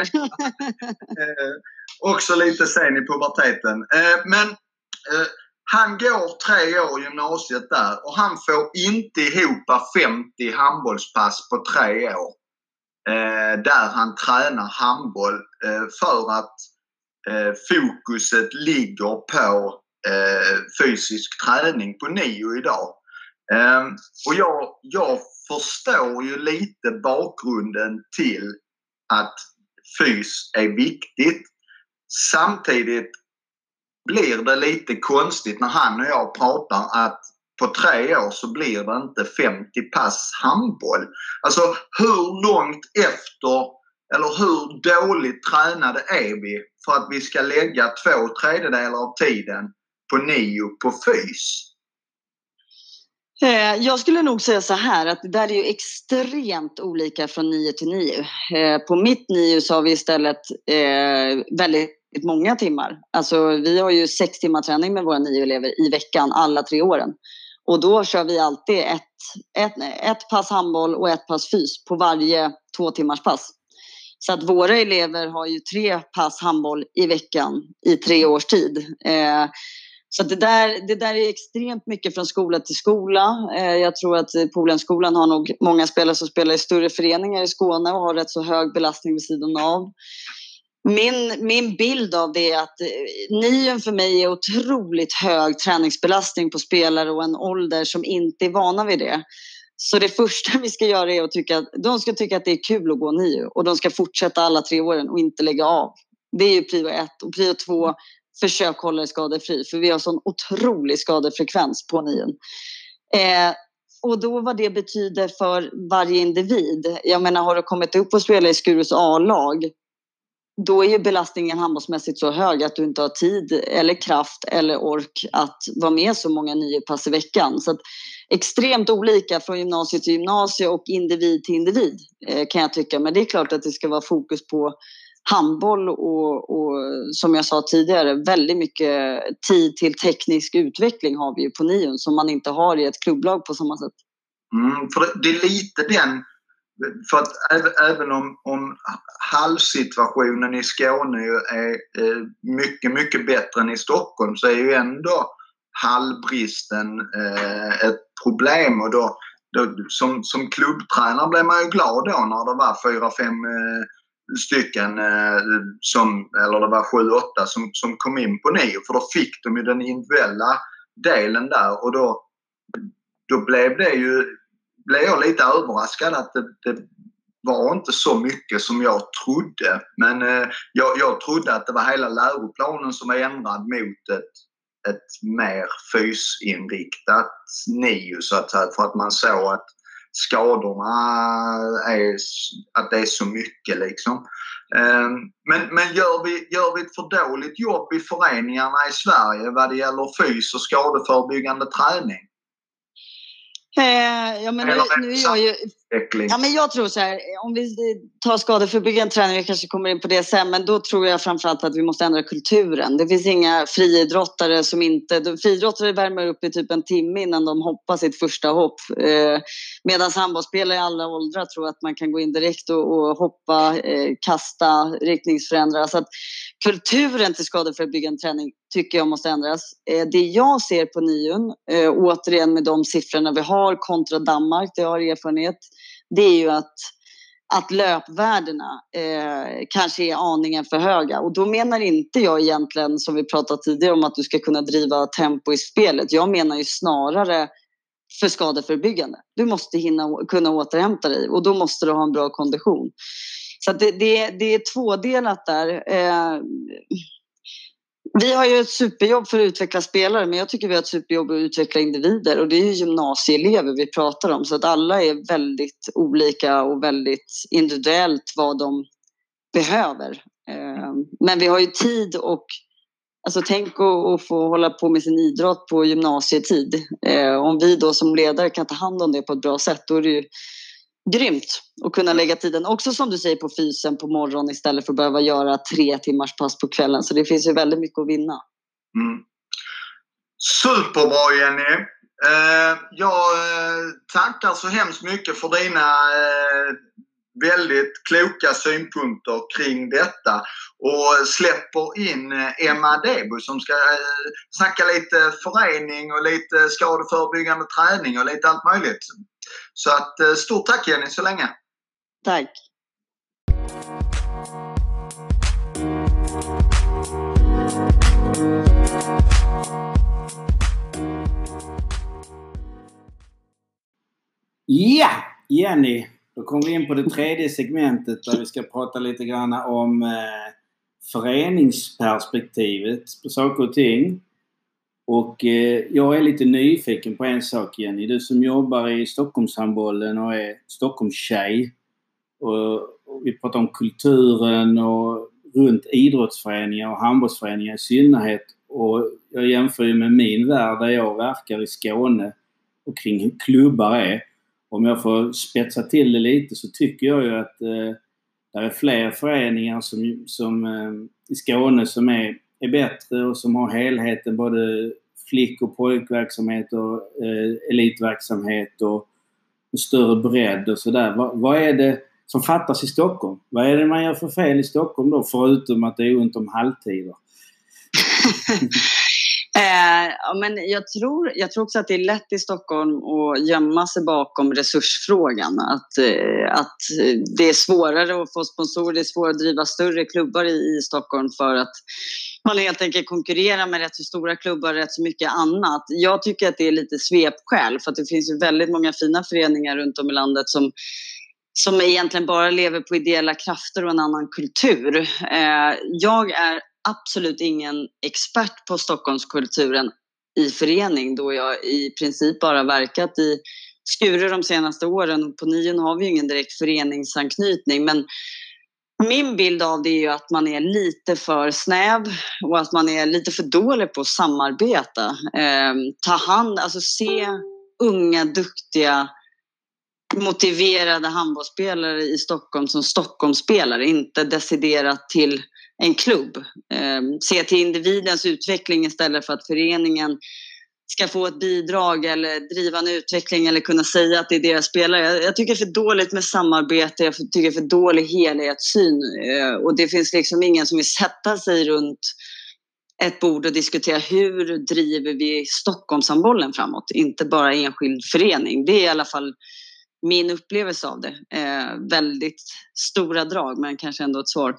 eh, också lite sen i puberteten. Eh, men... Eh, Han går tre år i gymnasiet där och han får inte ihop femtio handbollspass på tre år. Eh, där han tränar handboll eh, för att eh, fokuset ligger på eh, fysisk träning på nio idag. Eh, och jag, jag förstår ju lite bakgrunden till att fys är viktigt. Samtidigt blir det lite konstigt när han och jag pratar att på tre år så blir det inte femtio pass handboll. Alltså hur långt efter eller hur dåligt tränade är vi för att vi ska lägga två tredjedelar av tiden på nio på fys? Jag skulle nog säga så här att det där är ju extremt olika från nio till nio. På mitt nio så har vi istället eh, väldigt många timmar. Alltså vi har ju sex timmar träning med våra nio elever i veckan alla tre åren. Och då kör vi alltid ett, ett, ett pass handboll och ett pass fys på varje två timmars pass. Så att våra elever har ju tre pass handboll i veckan i tre års tid. Eh, så det där, det där är extremt mycket från skola till skola. Eh, jag tror att Polhemskolan har nog många spelare som spelar i större föreningar i Skåne och har rätt så hög belastning vid sidan av. Min, min bild av det är att nion för mig är otroligt hög träningsbelastning på spelare och en ålder som inte är vana vid det. Så det första vi ska göra är att tycka att de ska tycka att det är kul att gå nio och de ska fortsätta alla tre åren och inte lägga av. Det är ju prio ett och prio två, försök hålla dig skadefri för vi har sån otrolig skadefrekvens på nion. Eh, och då vad det betyder för varje individ. Jag menar, har du kommit upp och spelat i Skurus A-lag då är ju belastningen handbollsmässigt så hög att du inte har tid eller kraft eller ork att vara med så många nio pass i veckan. Så att extremt olika från gymnasie till gymnasie och individ till individ eh, kan jag tycka. Men det är klart att det ska vara fokus på handboll och, och som jag sa tidigare, väldigt mycket tid till teknisk utveckling har vi ju på nion som man inte har i ett klubblag på samma sätt. Mm, för det, det är lite den, för att även, även om, om halvsituationen i Skåne är eh, mycket, mycket bättre än i Stockholm, så är ju ändå hallbristen eh, ett problem. Och då, då, som, som klubbtränare blev man ju glad då när det var fyra, fem eh, stycken eh, som, eller det var sju, åtta som, som kom in på nio, för då fick de ju den individuella delen där, och då, då blev det ju blev jag lite överraskad att det, det var inte så mycket som jag trodde. Men eh, jag, jag trodde att det var hela läroplanen som var ändrad mot ett, ett mer fysinriktat nio, så att säga, för att man såg att skadorna är, att det är så mycket liksom. Eh, men men gör, vi, gör vi ett för dåligt jobb i föreningarna i Sverige vad det gäller fys och skadeförebyggande träning? Eh, ja, men nu, nu är jag ju, ja, men jag tror så här, om vi tar skadeförebyggande träning, vi kanske kommer in på det sen, men då tror jag framförallt att vi måste ändra kulturen. Det finns inga friidrottare som inte, friidrottare värmer upp i typ en timme innan de hoppar sitt första hopp, eh, medan handbollsspelare i alla åldrar tror att man kan gå in direkt och, och hoppa, eh, kasta, riktningsförändra. Så att kulturen till skadeförebyggande träning tycker jag måste ändras. Eh, det jag ser på nion, eh, återigen med de siffrorna vi har kontra Danmark, det jag har erfarenhet, det är ju att, att löpvärdena eh, kanske är aningen för höga. Och då menar inte jag egentligen, som vi pratade tidigare om, att du ska kunna driva tempo i spelet. Jag menar ju snarare för skadeförebyggande. Du måste hinna, kunna återhämta dig, och då måste du ha en bra kondition. Så att det, det, det är tvådelat där. Eh, Vi har ju ett superjobb för att utveckla spelare, men jag tycker vi har ett superjobb att utveckla individer, och det är ju gymnasieelever vi pratar om, så att alla är väldigt olika och väldigt individuellt vad de behöver. Men vi har ju tid, och alltså tänk att få hålla på med sin idrott på gymnasietid. Om vi då som ledare kan ta hand om det på ett bra sätt, då är det ju grymt att kunna lägga tiden också, som du säger, på fysen på morgonen istället för att behöva göra tre timmars pass på kvällen. Så det finns ju väldigt mycket att vinna. Mm. Superbra, Jenny. Eh, jag eh, tackar så hemskt mycket för dina eh, väldigt kloka synpunkter kring detta, och släpper in eh, Emma Debo som ska eh, snacka lite förening och lite skadeförebyggande träning och lite allt möjligt. Så att stort tack, Jenny, så länge. Tack. Ja, Jenny, då kommer vi in på det tredje segmentet där vi ska prata lite grann om eh, föreningsperspektivet på saker och ting. Och eh, jag är lite nyfiken på en sak, Jenny. Du som jobbar i Stockholmshandbollen och är Stockholmstjej. Och, och vi pratar om kulturen och runt idrottsföreningar och handbollsföreningar i synnerhet. Och jag jämför ju med min värld där jag verkar i Skåne och kring hur klubbar är. Om jag får spetsa till det lite, så tycker jag ju att eh, det är fler föreningar som, som eh, i Skåne som är är bättre och som har helheten, både flick- och pojkverksamhet och eh, elitverksamhet och en större bredd och sådär. Va, vad är det som fattas i Stockholm? Vad är det man gör för fel i Stockholm då, förutom att det är ont om halvtider? eh, ja, men jag, tror, jag tror också att det är lätt i Stockholm att gömma sig bakom resursfrågan. Att, eh, att det är svårare att få sponsorer, det är svårare att driva större klubbar i, i Stockholm för att man helt enkelt konkurrerar med rätt så stora klubbar och rätt så mycket annat. Jag tycker att det är lite svepskäl, för att det finns ju väldigt många fina föreningar runt om i landet som, som egentligen bara lever på ideella krafter och en annan kultur. Eh, jag är absolut ingen expert på Stockholmskulturen i förening, då jag i princip bara verkat i Skure de senaste åren. På nion har vi ju ingen direkt föreningsanknytning, men Min bild av det är ju att man är lite för snäv och att man är lite för dålig på att samarbeta. Eh, ta hand, alltså se unga, duktiga, motiverade handbollsspelare i Stockholm som Stockholmsspelare, inte deciderat till en klubb. Eh, se till individens utveckling istället för att föreningen ska få ett bidrag eller driva en utveckling eller kunna säga att det är deras spelare. Jag, jag tycker det är för dåligt med samarbete, jag tycker det är för dålig helhetssyn. Eh, och det finns liksom ingen som vill sätta sig runt ett bord och diskutera hur driver vi Stockholmshandbollen framåt. Inte bara enskild förening. Det är i alla fall min upplevelse av det. Eh, väldigt stora drag, men kanske ändå ett svar.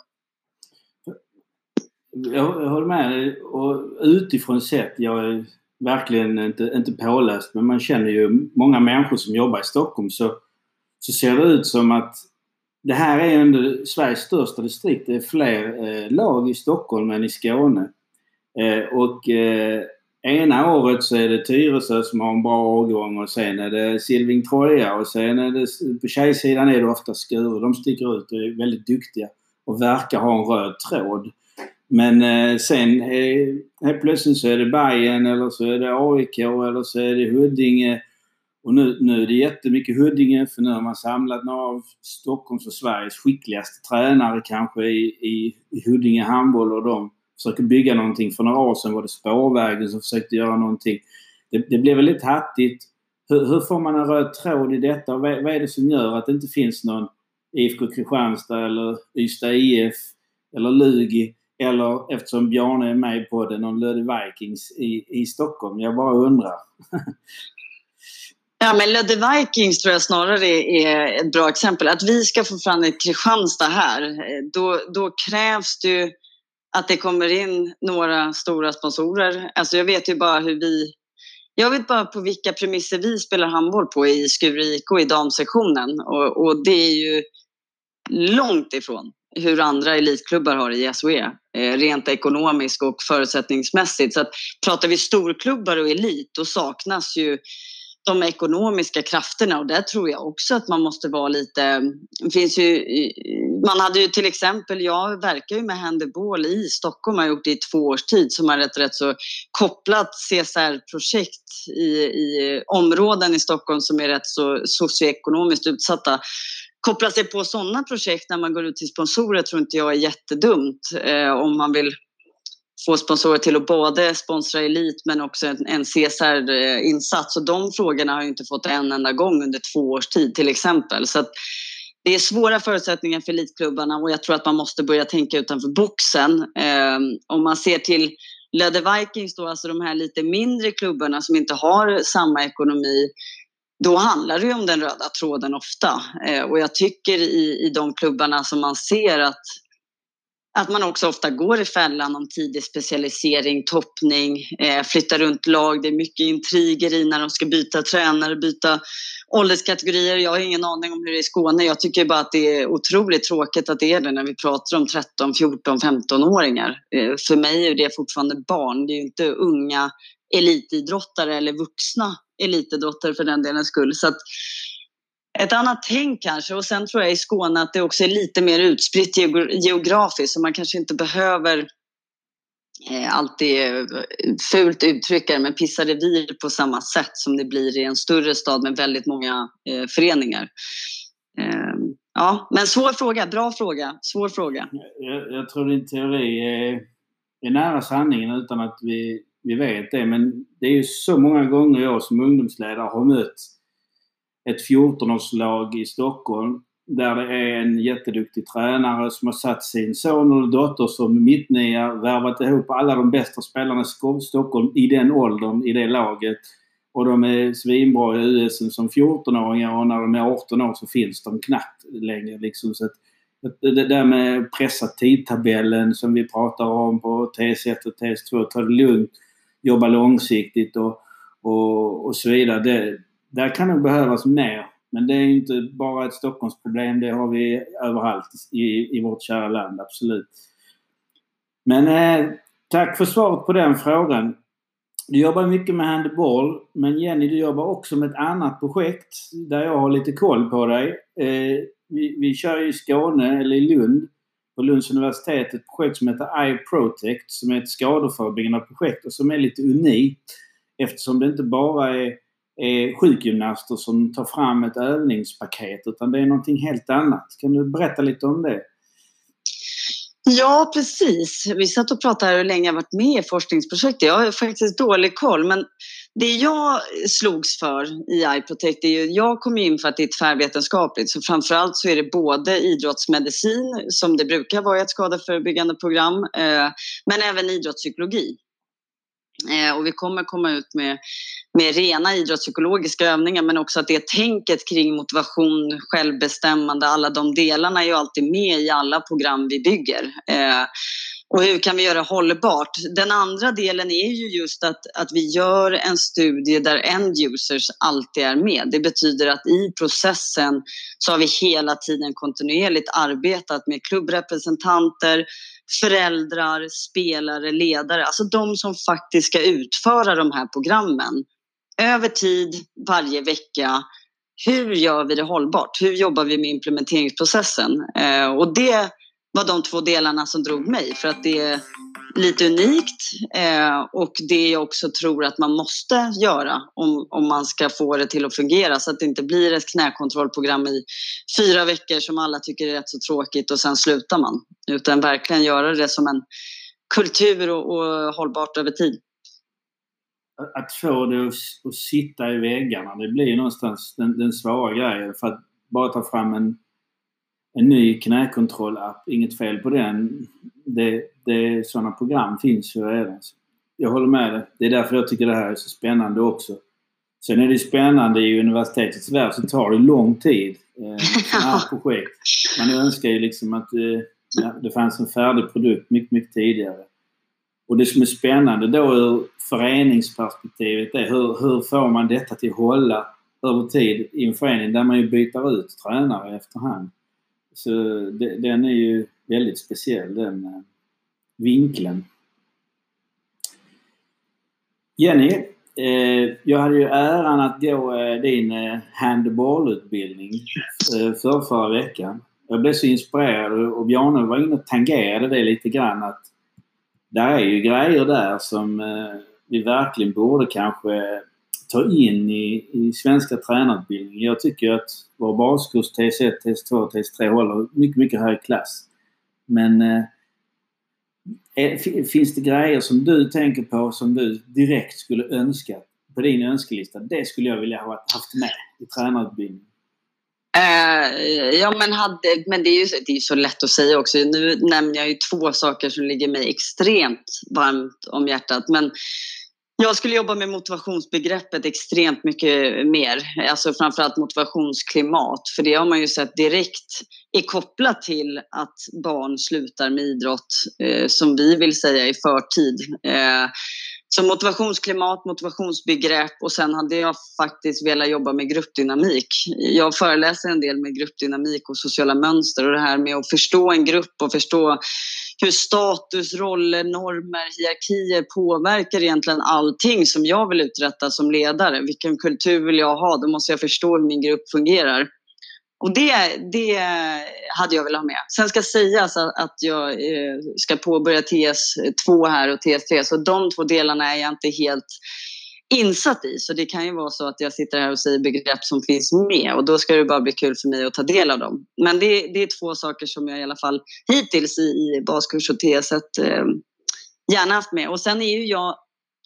Jag, jag håller med dig. Och utifrån sett, jag är verkligen inte, inte påläst, men man känner ju många människor som jobbar i Stockholm, så, så ser det ut som att det här är ändå Sveriges största distrikt. Det är fler eh, lag i Stockholm än i Skåne. Eh, och eh, ena året så är det Tyresö som har en bra årgång, och sen är det Silving Troja, och sen är det på tjejsidan är det ofta Skuru. De sticker ut och är väldigt duktiga och verkar ha en röd tråd. Men eh, sen är, helt plötsligt så är det Bayern, eller så är det A I K, eller så är det Huddinge. Och nu, nu är det jättemycket Huddinge, för nu har man samlat några av Stockholms och Sveriges skickligaste tränare kanske i, i, i Huddinge handboll, och de försöker bygga någonting. För några år sedan var det Spårvägen som försökte göra någonting. Det, det blev väldigt hattigt. Hur, hur får man en röd tråd i detta? Och vad, vad är det som gör att det inte finns någon I F K Kristianstad eller Ystad I F eller Lugi, eller eftersom Bjarne är med på det, någon Lödde Vikings i, i Stockholm? Jag bara undrar. Ja, men Lödde Vikings tror jag snarare är ett bra exempel. Att vi ska få fram ett Kristianstad här, då, då krävs det ju att det kommer in några stora sponsorer. Alltså jag vet ju bara hur vi... Jag vet bara på vilka premisser vi spelar handboll på i Skuru I K i damsektionen. Och, och det är ju långt ifrån hur andra elitklubbar har i S O E. Eh, rent ekonomiskt och förutsättningsmässigt. Så att pratar vi storklubbar och elit, då saknas ju de ekonomiska krafterna, och där tror jag också att man måste vara lite... Det finns ju, man hade ju till exempel, jag verkar ju med handboll i Stockholm, har gjort det i två års tid, som har rätt, rätt så kopplat C S R-projekt i, i områden i Stockholm som är rätt så socioekonomiskt utsatta. Koppla sig på sådana projekt när man går ut till sponsorer tror inte jag är jättedumt, eh, om man vill få sponsorer till att både sponsra elit men också en, en C S R-insats. Och de frågorna har ju inte fått en enda gång under två års tid till exempel. Så att det är svåra förutsättningar för elitklubbarna, och jag tror att man måste börja tänka utanför boxen. Eh, om man ser till Lödde Vikings då, alltså de här lite mindre klubbarna som inte har samma ekonomi, då handlar det ju om den röda tråden ofta. Eh, och jag tycker i, i de klubbarna som man ser att Att man också ofta går i fällan om tidig specialisering, toppning, eh, flyttar runt lag. Det är mycket intriger i när de ska byta tränare, byta ålderskategorier. Jag har ingen aning om hur det är i Skåne. Jag tycker bara att det är otroligt tråkigt att det är det när vi pratar om tretton, fjorton, femton-åringar. Eh, för mig är det fortfarande barn. Det är ju inte unga elitidrottare eller vuxna elitidrottare för den delen skull. Så att ett annat tänk kanske, och sen tror jag i Skåne att det också är lite mer utspritt geografiskt, så man kanske inte behöver eh, alltid fult uttryckare, men pissa revir på samma sätt som det blir i en större stad med väldigt många eh, föreningar. Eh, ja, men svår fråga, bra fråga, svår fråga. Jag, jag tror din teori är, är nära sanningen utan att vi, vi vet det, men det är ju så många gånger jag som ungdomsledare har mött ett fjorton-årslag i Stockholm där det är en jätteduktig tränare som har satt sin son och dotter som mittnia, värvat ihop alla de bästa spelarna i Stockholm i den åldern, i det laget. Och de är svinbra i U S som fjorton-åringar, och när de är arton år så finns de knappt längre. Liksom. Så att det där med pressa tidtabellen som vi pratar om på T S ett och T S två, ta det lugnt, jobba långsiktigt och, och, och så vidare. Det, där kan det behövas mer, men det är inte bara ett Stockholmsproblem, det har vi överallt i, i vårt kära land, absolut. Men eh, tack för svaret på den frågan. Du jobbar mycket med handboll, men Jenny, du jobbar också med ett annat projekt där jag har lite koll på dig. Eh, vi, vi kör i Skåne, eller i Lund, på Lunds universitet ett projekt som heter iProtect, som är ett skadeförebyggande projekt och som är lite unikt eftersom det inte bara är, är sjukgymnaster som tar fram ett övningspaket, utan det är någonting helt annat. Kan du berätta lite om det? Ja, precis. Vi satt och pratade här hur länge jag varit med i forskningsprojektet. Jag har faktiskt dålig koll, men det jag slogs för i iProtect är ju, jag kom in för att det är tvärvetenskapligt, så framförallt så är det både idrottsmedicin som det brukar vara i ett skadeförebyggande program, eh, men även idrottspsykologi. Eh, och vi kommer komma ut med, med rena idrottspsykologiska övningar, men också att det tänket kring motivation, självbestämmande, alla de delarna är ju alltid med i alla program vi bygger. Eh, och hur kan vi göra det hållbart? Den andra delen är ju just att, att vi gör en studie där end users alltid är med. Det betyder att i processen så har vi hela tiden kontinuerligt arbetat med klubbrepresentanter, föräldrar, spelare, ledare, alltså de som faktiskt ska utföra de här programmen över tid, varje vecka. Hur gör vi det hållbart? Hur jobbar vi med implementeringsprocessen? Eh, och det var de två delarna som drog mig, för att det är lite unikt eh, och det jag också tror att man måste göra om, om man ska få det till att fungera, så att det inte blir ett knäkontrollprogram i fyra veckor som alla tycker är rätt så tråkigt och sen slutar man, utan verkligen göra det som en kultur och, och hållbart över tid. Att få det att, att sitta i väggarna, det blir någonstans den, den svåra grejen. För att bara ta fram en, en ny knäkontrollapp, inget fel på den. Det, det, sådana program finns ju redan. Jag håller med dig. Det är därför jag tycker det här är så spännande också. Sen är det spännande i universitetets värld, så tar det lång tid. Eh, sådana här projekt. Man önskar ju liksom att eh, ja, det fanns en färdig produkt mycket, mycket tidigare. Och det som är spännande då ur föreningsperspektivet är hur, hur får man detta till att hålla över tid i en förening där man ju byter ut tränare efterhand. Så det, den är ju väldigt speciell, den eh, vinkeln. Jenny, eh, jag hade ju äran att gå eh, din eh, handbollutbildning eh, för förra veckan. Jag blev så inspirerad och Bjarne var inne och tangerade det lite grann, att där är ju grejer där som eh, vi verkligen borde kanske ta in i, i svenska tränarutbildning. Jag tycker att vår baskurs T S ett, T S två, T S tre håller mycket, mycket hög klass. Men eh, är, finns det grejer som du tänker på som du direkt skulle önska på din önskelista? Det skulle jag vilja ha haft med i tränarutbildning. Uh, ja men, hade, men det är ju det är så lätt att säga också. Nu nämner jag ju två saker som ligger mig extremt varmt om hjärtat. Men jag skulle jobba med motivationsbegreppet extremt mycket mer. Alltså framförallt motivationsklimat. För det har man ju sett direkt är kopplat till att barn slutar med idrott, eh, som vi vill säga i förtid. Eh, Så motivationsklimat, motivationsbegrepp, och sen hade jag faktiskt velat jobba med gruppdynamik. Jag föreläser en del med gruppdynamik och sociala mönster, och det här med att förstå en grupp och förstå hur status, roller, normer, hierarkier påverkar egentligen allting som jag vill uträtta som ledare. Vilken kultur vill jag ha? Då måste jag förstå hur min grupp fungerar. Och det, det hade jag velat ha med. Sen ska sägas att jag ska påbörja T S två här och T S tre. Så de två delarna är jag inte helt insatt i. Så det kan ju vara så att jag sitter här och säger begrepp som finns med. Och då ska det bara bli kul för mig att ta del av dem. Men det, det är två saker som jag i alla fall hittills i, i baskurs och T S ett eh, gärna haft med. Och sen är ju jag...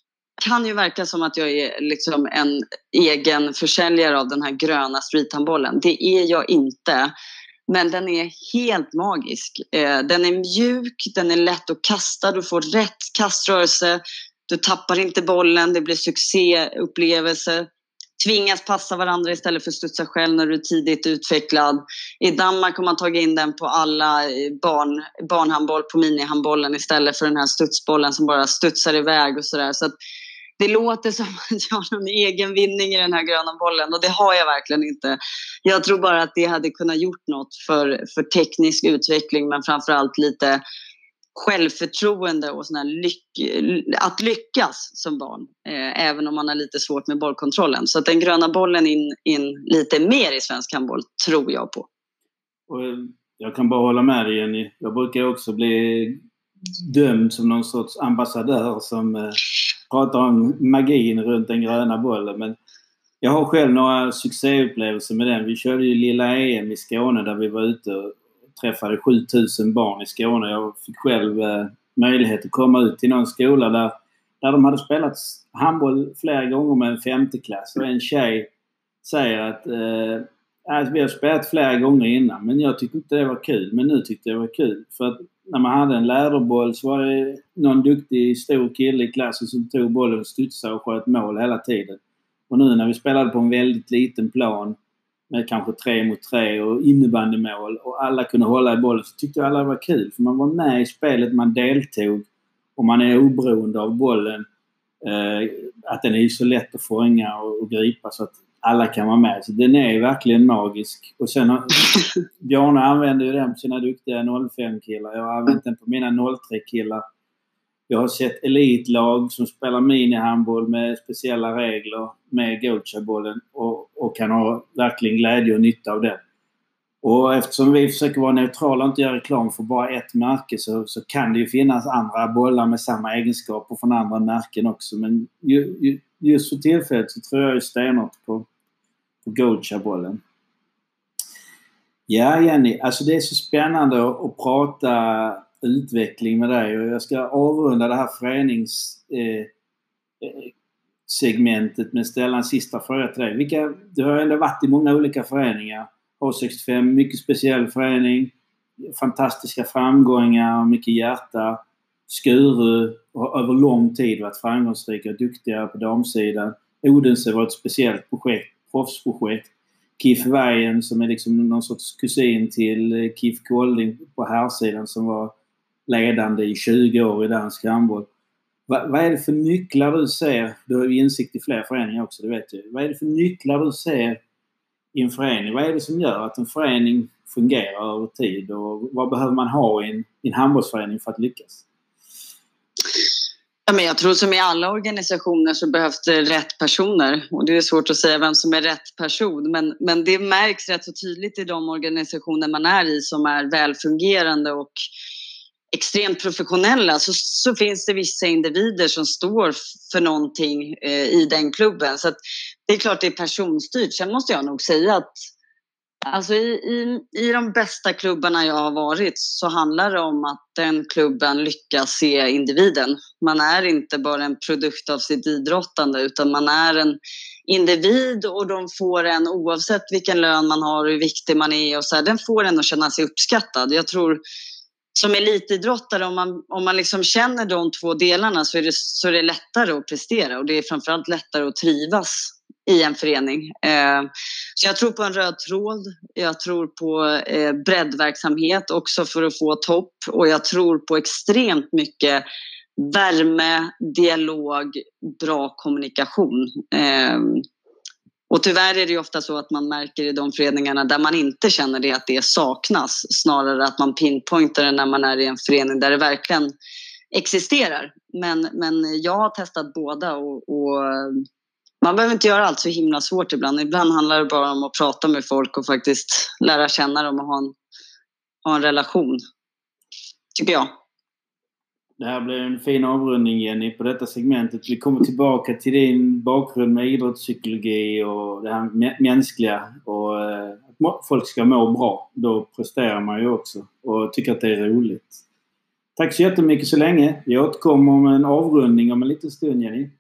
kan ju verka som att jag är liksom en egen försäljare av den här gröna streethandbollen. Det är jag inte. Men den är helt magisk. Den är mjuk, den är lätt att kasta. Du får rätt kaströrelse. Du tappar inte bollen. Det blir succéupplevelse. Tvingas passa varandra istället för att studsa själv när du är tidigt utvecklad. I Danmark har man tagit in den på alla barn, barnhandboll, på minihandbollen istället för den här studsbollen som bara studsar iväg och sådär. Så att det låter som att jag har någon egen vinning i den här gröna bollen, och det har jag verkligen inte. Jag tror bara att det hade kunnat gjort något för, för teknisk utveckling, men framförallt lite självförtroende och sån här lyck- att lyckas som barn, eh, även om man har lite svårt med bollkontrollen. Så att den gröna bollen in, in lite mer i svensk handboll tror jag på. Och jag kan bara hålla med dig, Jenny. Jag brukar också bli dömd som någon sorts ambassadör som eh, pratar om magin runt den gröna bollen. Men jag har själv några succéupplevelser med den. Vi körde ju lilla E M i Skåne där vi var ute och träffade sjutusen barn i Skåne. Jag fick själv eh, möjlighet att komma ut till någon skola där, där de hade spelat handboll flera gånger med en femteklass. Och en tjej säger att, eh, att vi har spelat flera gånger innan, men jag tyckte inte det var kul. Men nu tyckte jag det var kul. För att när man hade en läderboll så var det någon duktig stor kille i klassen som tog bollen och studsade och sköt mål hela tiden. Och nu när vi spelade på en väldigt liten plan med kanske tre mot tre och innebandymål och alla kunde hålla i bollen, så tyckte alla det var kul. För man var med i spelet, man deltog och man är oberoende av bollen. Eh, att den är så lätt att fånga och, och gripa så att alla kan vara med. Så den är verkligen magisk. Och sen har Bjarne använder ju den på sina duktiga noll fem-killar. Jag har använt den på mina noll tre-killar. Jag har sett elitlag som spelar mini-handboll med speciella regler med Goalchabollen och, och kan ha verkligen glädje och nytta av det. Och eftersom vi försöker vara neutrala och inte göra reklam för bara ett märke så, så kan det ju finnas andra bollar med samma egenskaper från andra märken också. Men ju, ju, just för tillfället så tror jag ju stenhårt på, på Goalchabollen. Ja, Jenny, alltså det är så spännande att, att prata utveckling med dig och jag ska avrunda det här föreningssegmentet eh, med att ställa en sista fråga till dig. Vilka, du har ändå varit i många olika föreningar. H sextiofem, mycket speciell förening, fantastiska framgångar, mycket hjärta. Skuru har över lång tid varit framgångsrika och duktiga på damsidan. Odense var ett speciellt projekt, proffsprojekt. K I F Väjen som är liksom någon sorts kusin till K I F Kolding på här som var ledande i tjugo år i dansk handboll. Va, vad är det för nycklar du ser? Du har ju insikt i fler föreningar också, det vet jag. Vad är det för nycklar du ser i en förening? Vad är det som gör att en förening fungerar över tid? Och vad behöver man ha i en, i en handbollsförening för att lyckas? Ja, men jag tror som i alla organisationer så behövs det rätt personer. Och det är svårt att säga vem som är rätt person. Men, men det märks rätt så tydligt i de organisationer man är i som är välfungerande och extremt professionella. Så, så finns det vissa individer som står för någonting eh, i den klubben. Så att det är klart det är personstyrt. Sen måste jag nog säga att alltså i, i, i de bästa klubbarna jag har varit så handlar det om att den klubben lyckas se individen. Man är inte bara en produkt av sitt idrottande utan man är en individ och de får en, oavsett vilken lön man har och hur viktig man är och så här, den får en att känna sig uppskattad. Jag tror som elitidrottare, om man, om man liksom känner de två delarna så är, det, så är det lättare att prestera och det är framförallt lättare att trivas i en förening. Eh, så jag tror på en röd tråd, jag tror på eh, breddverksamhet också för att få topp och jag tror på extremt mycket värme, dialog, bra kommunikation. Eh, och tyvärr är det ju ofta så att man märker i de föreningarna där man inte känner det att det saknas, snarare att man pinpointar det när man är i en förening där det verkligen existerar. Men, men jag har testat båda och, och man behöver inte göra allt så himla svårt ibland. Ibland handlar det bara om att prata med folk och faktiskt lära känna dem och ha en, ha en relation, tycker jag. Det här blir en fin avrundning, Jenny, på detta segmentet. Vi kommer tillbaka till din bakgrund med idrottspsykologi och det här mänskliga. Och eh, att folk ska må bra. Då presterar man ju också och tycker att det är roligt. Tack så jättemycket så länge. Vi återkommer om en avrundning om en liten stund, Jenny.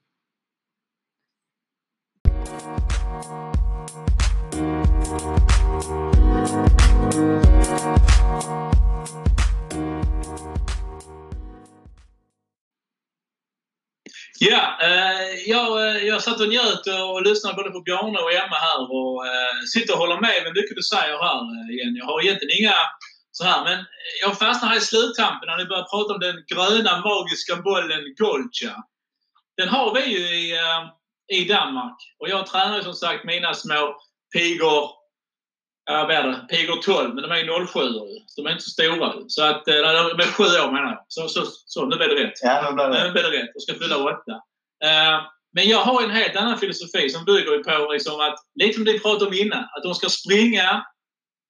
Ja, eh, jag, jag satt och njöt och lyssnade både på Bjarne och Emma här och eh, sitter och håller med med mycket du säger här igen. Jag har egentligen inga så här, men jag fastnar här i sluttampen när ni börjar prata om den gröna magiska bollen Goalcha. Den har vi ju i, eh, i Danmark och jag tränar ju som sagt mina små pigor, jag vet det, pigor tolv, men de är noll sju, de är inte så stora. Så att, de är sju år menar jag. Så, så, så nu blir det rätt. Ja, nu blir det, nu blir det rätt. Jag ska fylla åtta. Uh, men jag har en helt annan filosofi som bygger på liksom att, lite som du pratade om innan, att de ska springa,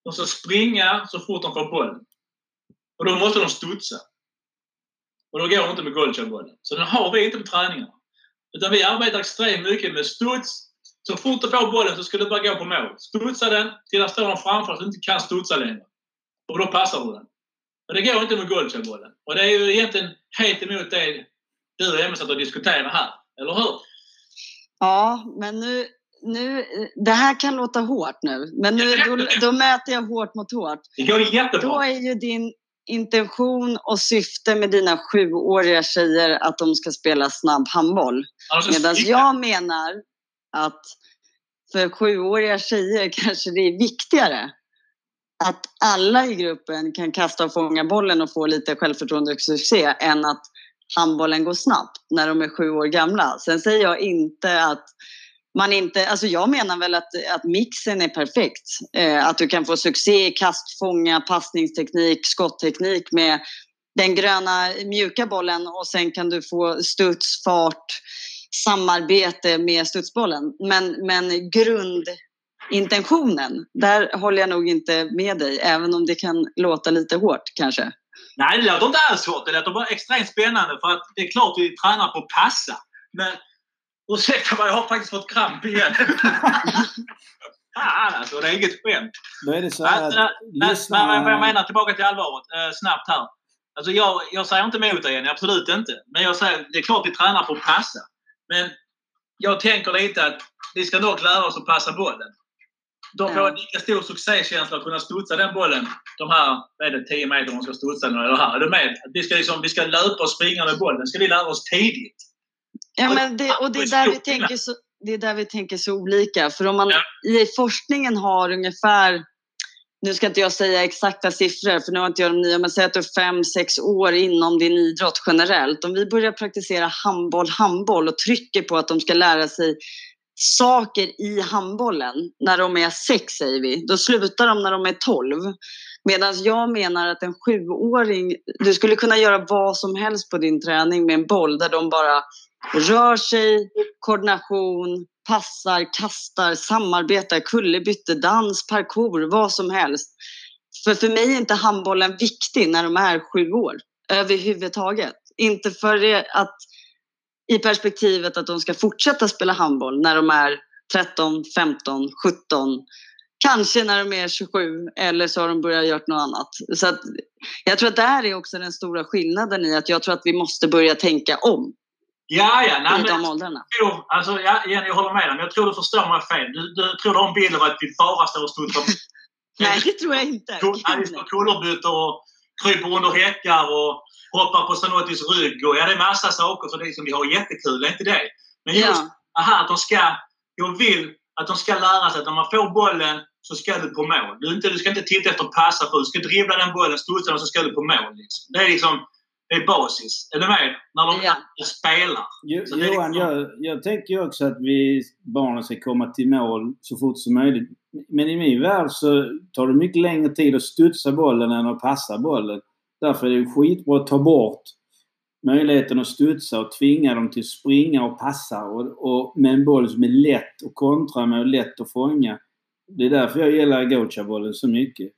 De ska springa så fort de får bollen. Och då måste de studsa. Och då går de inte med goalchabollen. Så den har vi inte på träningarna. Utan vi arbetar extremt mycket med studs. Så fort du får bollen så ska du bara gå på mål. Studsa den till att stå den framför så du inte kan studsa längre. Och då passar du den. Men det går inte med goalchabollen. Och det är ju egentligen helt emot det du och Emma satt och diskuterar här. Eller hur? Ja, men nu... Nu, det här kan låta hårt nu, men nu, då, då möter jag hårt mot hårt. Det går jättebra. Då är ju din intention och syfte med dina sjuåriga tjejer att de ska spela snabb handboll. Alltså, medan jag menar att för sjuåriga tjejer kanske det är viktigare att alla i gruppen kan kasta och fånga bollen och få lite självförtroende och succé än att handbollen går snabbt när de är sju år gamla. Sen säger jag inte att man inte, alltså jag menar väl att, att mixen är perfekt. Eh, att du kan få succé i kastfånga, passningsteknik, skottteknik med den gröna mjuka bollen och sen kan du få studs, fart, samarbete med studsbollen. Men, men grundintentionen, där håller jag nog inte med dig, även om det kan låta lite hårt kanske. Nej, det låter inte alls hårt. Det låter bara extremt spännande för att det är klart vi tränar på att passa. Men ursäkta vad jag har faktiskt fått kramp igen. ah, alltså, det är inget skämt. Då är det så här att äh, lyssna... men vad jag menar, tillbaka till allvaret. Äh, snabbt här. Alltså jag, jag säger inte emot det igen, absolut inte. Men jag säger, det är klart vi tränar på att passa. Men jag tänker lite att vi ska nog lära oss att passa bollen. De får en lika stor succékänsla att kunna studsa den bollen. De här, vad är det, tio meter de ska studsa nu, eller här. Är du med? Vi ska, liksom, vi ska löpa och springa med bollen. Ska vi lära oss tidigt. Ja, men det, och det är, där vi tänker så, det är där vi tänker så olika. För om man ja. i forskningen har ungefär, nu ska inte jag säga exakta siffror för nu har inte jag de nya, men säg att du är fem, sex år inom din idrott generellt. Om vi börjar praktisera handboll, handboll och trycker på att de ska lära sig saker i handbollen när de är sex, säger vi. Då slutar de när de är tolv. Medan jag menar att en sjuåring, du skulle kunna göra vad som helst på din träning med en boll där de bara rör sig, koordination, passar, kastar, samarbetar, kullerbytte, dans, parkour, vad som helst. För för mig är inte handbollen viktig när de är sju år överhuvudtaget. Inte för det att i perspektivet att de ska fortsätta spela handboll när de är tretton, femton, sjutton. Kanske när de är tjugosju eller så har de börjat göra något annat. Så att, jag tror att det här är också den stora skillnaden i att jag tror att vi måste börja tänka om. Ja, ja. Nej, i de men, åldrarna. Jo, alltså, ja, Jenny, jag håller med dig. Men jag tror du förstår mig fel. Du, du tror du har en bild av att vi bara står och studsar. Nej, det tror jag inte. Vi står kullerbyttor och kryper under häckar och hoppar på Sanotis rygg. Och, ja, det är massa saker för det som vi har jättekul. Det är inte det. Men just ja. aha, att de ska... Jag vill att de ska lära sig att när man får bollen så ska du på mål. Du, inte, du ska inte titta efter passa på. Du ska dribbla den bollen, studsa och så ska du på mål. Liksom. Det är liksom... Det är basis. Är du med? När de ja. spelar. Jo, Johan, liksom... jag, jag tänker ju också att vi barnen ska komma till mål så fort som möjligt. Men i min värld så tar det mycket längre tid att studsa bollen än att passa bollen. Därför är det skitbra att ta bort möjligheten att studsa och tvinga dem till att springa och passa. Och, och med en boll som är lätt att kontra med och lätt att fånga. Det är därför jag gillar goalchabollen så mycket.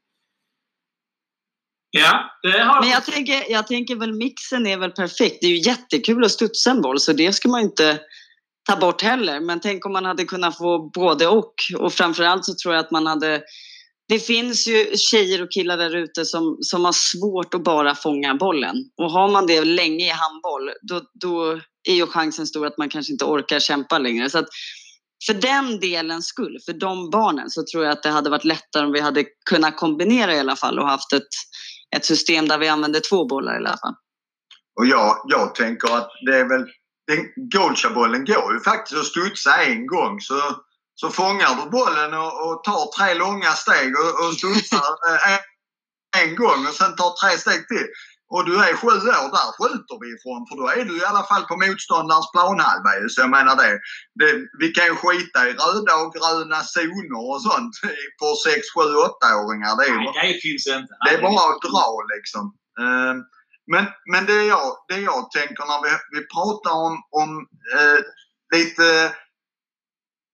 Ja, det har... Men jag tänker, jag tänker väl mixen är väl perfekt. Det är ju jättekul att studsa en boll så det ska man inte ta bort heller. Men tänk om man hade kunnat få både och. Och framförallt så tror jag att man hade... Det finns ju tjejer och killar där ute som, som har svårt att bara fånga bollen. Och har man det länge i handboll då, då är ju chansen stor att man kanske inte orkar kämpa längre. Så att för den delens skull, för de barnen så tror jag att det hade varit lättare om vi hade kunnat kombinera i alla fall och haft ett Ett system där vi använder två bollar i alla fall. Och jag, jag tänker att det är väl... Goalchabollen går ju faktiskt att studsa en gång. Så, så fångar du bollen och, och tar tre långa steg och, och studsar en, en gång och sen tar tre steg till. Och du är sju år, där skjuter vi ifrån. För då är du i alla fall på motståndarens planhalva. Så jag menar det, det. Vi kan ju skita i röda och gröna zoner och sånt på sex, sju, åtta-åringar. Det är, Nej, det finns inte. Det är bara att dra liksom. Men, men det, jag, det jag tänker när vi, vi pratar om, om eh, lite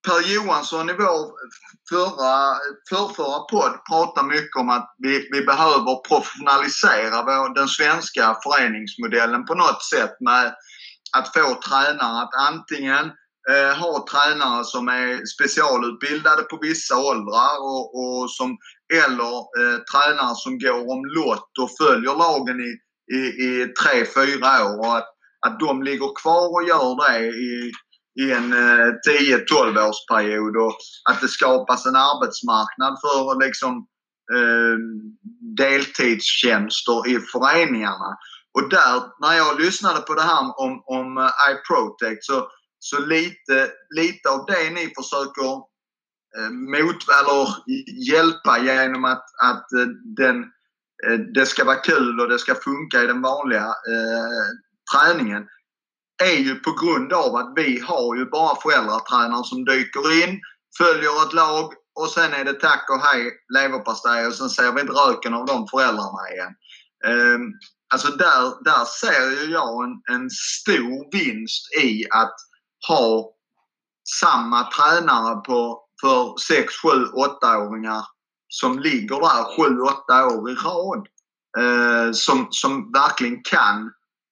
Per Johansson i vår förra, förrförra podd pratade mycket om att vi, vi behöver professionalisera vår, den svenska föreningsmodellen på något sätt med att få tränare att antingen eh, ha tränare som är specialutbildade på vissa åldrar och, och som, eller eh, tränare som går om lott och följer lagen i, i, i tre, fyra år och att, att de ligger kvar och gör det i i en eh, tio tolv årsperiod och att det skapas en arbetsmarknad för liksom eh, deltidstjänster i föreningarna. Och där, när jag lyssnade på det här om, om iProtect så, så lite, lite av det ni försöker eh, mot, eller hjälpa genom att, att eh, den, eh, det ska vara kul och det ska funka i den vanliga eh, träningen är ju på grund av att vi har ju bara föräldratränare som dyker in, följer ett lag och sen är det tack och hej, leverpastej och sen ser vi inte röken av de föräldrarna igen. Um, alltså där, där ser ju jag en, en stor vinst i att ha samma tränare på, för sex, sju, åtta-åringar som ligger där sju, åtta år i rad. Uh, som, som verkligen kan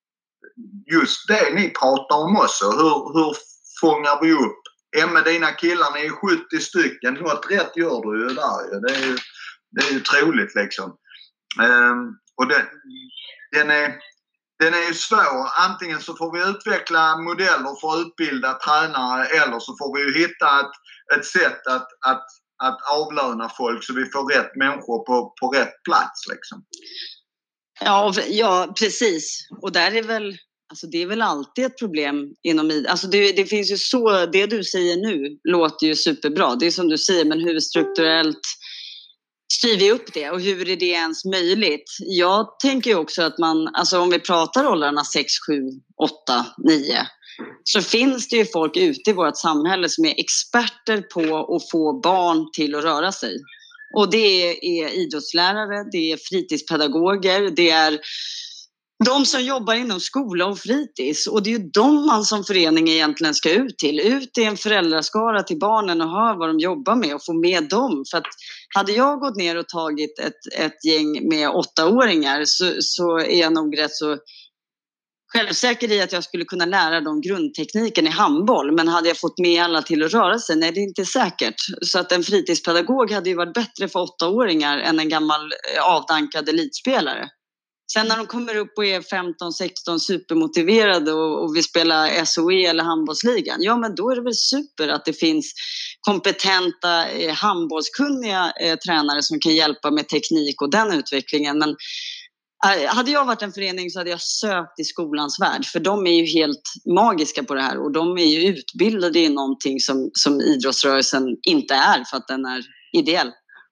just det ni pratar om också. Hur, hur fångar vi upp? En med dina killar, ni är sjuttio stycken. Något rätt gör du ju där. Det är ju, det är ju troligt liksom. Um, och det, den, är, den är ju svår. Antingen så får vi utveckla modeller för att utbilda tränare eller så får vi ju hitta ett, ett sätt att, att, att avlöna folk så vi får rätt människor på, på rätt plats liksom. Ja, ja, precis. Och där är väl, alltså det är väl alltid ett problem inom idrott. Alltså det, det finns ju så, det du säger nu låter ju superbra. Det är som du säger, men hur strukturellt styr vi upp det och hur är det ens möjligt? Jag tänker ju också att man, alltså om vi pratar åldrarna sex, sju, åtta, nio så finns det ju folk ute i vårt samhälle som är experter på att få barn till att röra sig. Och det är idrottslärare, det är fritidspedagoger, det är de som jobbar inom skola och fritids. Och det är ju de man som förening egentligen ska ut till. Ut i en föräldraskara till barnen och höra vad de jobbar med och få med dem. För att hade jag gått ner och tagit ett, ett gäng med åttaåringar så, så är jag nog rätt så självsäker i att jag skulle kunna lära dem grundtekniken i handboll. Men hade jag fått med alla till att röra sig? Nej, det är inte säkert. Så att en fritidspedagog hade ju varit bättre för åttaåringar än en gammal avdankad elitspelare. Sen när de kommer upp och är femton sexton supermotiverade och, och vi spelar S O E eller handbollsligan. Ja, men då är det väl super att det finns kompetenta eh, handbollskunniga eh, tränare som kan hjälpa med teknik och den utvecklingen. Men hade jag varit en förening så hade jag sökt i skolans värld. För de är ju helt magiska på det här. Och de är ju utbildade i någonting som, som idrottsrörelsen inte är. För att den är ideell.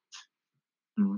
Mm.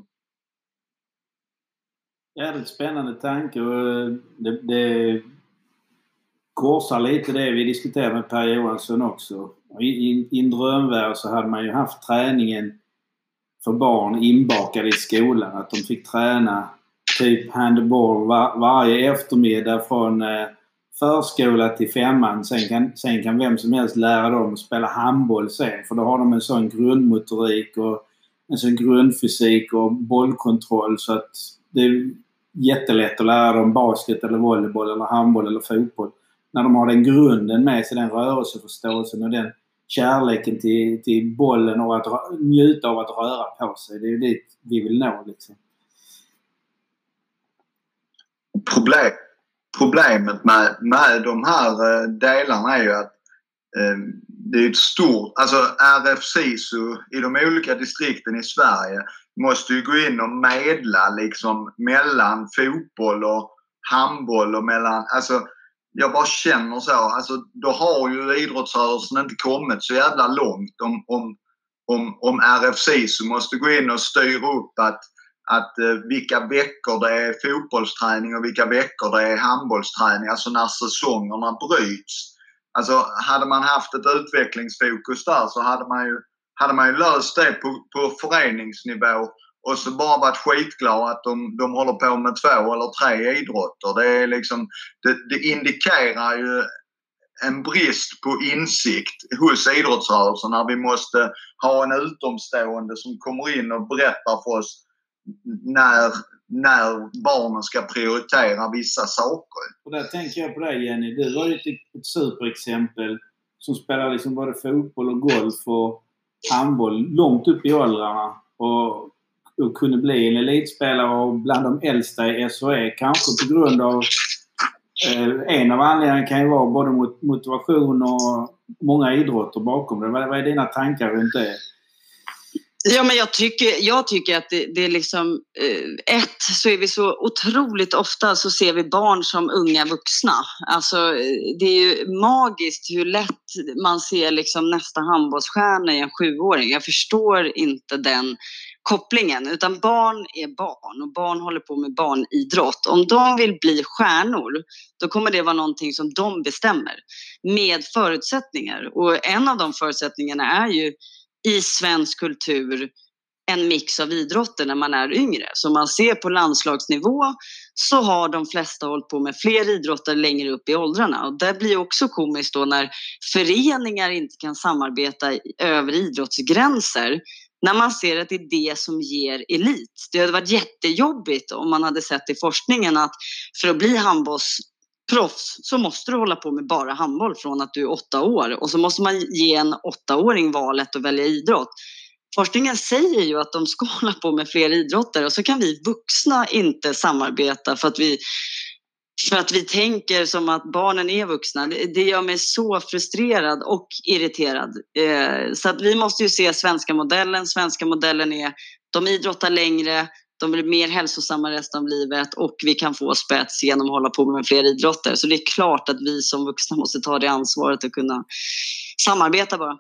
Ja, det är ett spännande tanke. Och det, det korsar lite det vi diskuterade med Per Johansson också. I, i, I en drömvärld så hade man ju haft träningen för barn inbakad i skolan. Att de fick träna typ handboll var, varje eftermiddag från eh, förskola till femman. Sen kan, sen kan vem som helst lära dem att spela handboll sen. För då har de en sån grundmotorik och en sån grundfysik och bollkontroll så att det är jättelätt att lära dem basket eller volleyboll eller handboll eller fotboll. När de har den grunden med sig, den rörelseförståelsen och den kärleken till, till bollen och att njuta av att röra på sig. Det är ju dit vi vill nå liksom. Problem, problemet med, med de här delarna är ju att eh, det är ett stort, alltså R F SISU i de olika distrikten i Sverige måste ju gå in och medla liksom mellan fotboll och handboll och mellan, alltså jag bara känner så, alltså då har ju idrottsrörelsen inte kommit så jävla långt om, om, om, om R F SISU måste gå in och styra upp att att eh, vilka veckor det är fotbollsträning och vilka veckor det är handbollsträning, alltså när säsongerna bryts. Alltså hade man haft ett utvecklingsfokus där så hade man ju, hade man ju löst det på, på föreningsnivå och så bara varit skitglad att de, de håller på med två eller tre idrotter. Det är liksom, det, det indikerar ju en brist på insikt hos idrottsrörelsen när vi måste ha en utomstående som kommer in och berättar för oss när, när barnen ska prioritera vissa saker. Och där tänker jag på dig, Jenny. Du var ju ett, ett superexempel som spelar liksom både fotboll och golf och handboll långt upp i åldrarna och, och kunde bli en elitspelare och bland de äldsta i S H E, kanske på grund av eh, en av anledningarna kan ju vara både mot, motivation och många idrotter bakom det. Vad, vad är dina tankar runt det? Ja, men jag tycker, jag tycker att det, det är liksom eh, ett, så är vi så otroligt ofta så ser vi barn som unga vuxna. Alltså det är ju magiskt hur lätt man ser liksom nästa handbollsstjärna i en sjuåring. Jag förstår inte den kopplingen, utan barn är barn och barn håller på med barnidrott. Om de vill bli stjärnor, då kommer det vara någonting som de bestämmer med förutsättningar. Och en av de förutsättningarna är ju i svensk kultur en mix av idrotter när man är yngre. Så man ser på landslagsnivå så har de flesta hållit på med fler idrotter längre upp i åldrarna. Och det blir också komiskt då när föreningar inte kan samarbeta över idrottsgränser. När man ser att det är det som ger elit. Det hade varit jättejobbigt om man hade sett i forskningen att för att bli handbollsproffs så måste du hålla på med bara handboll från att du är åtta år. Och så måste man ge en åttaåring valet att välja idrott. Forskningen säger ju att de ska hålla på med fler idrotter och så kan vi vuxna inte samarbeta för att vi, för att vi tänker som att barnen är vuxna. Det, det gör mig så frustrerad och irriterad. Eh, så att vi måste ju se svenska modellen. Svenska modellen är de idrottar längre, de blir mer hälsosamma resten av livet och vi kan få spets genom att hålla på med fler idrotter. Så det är klart att vi som vuxna måste ta det ansvaret och kunna samarbeta bara.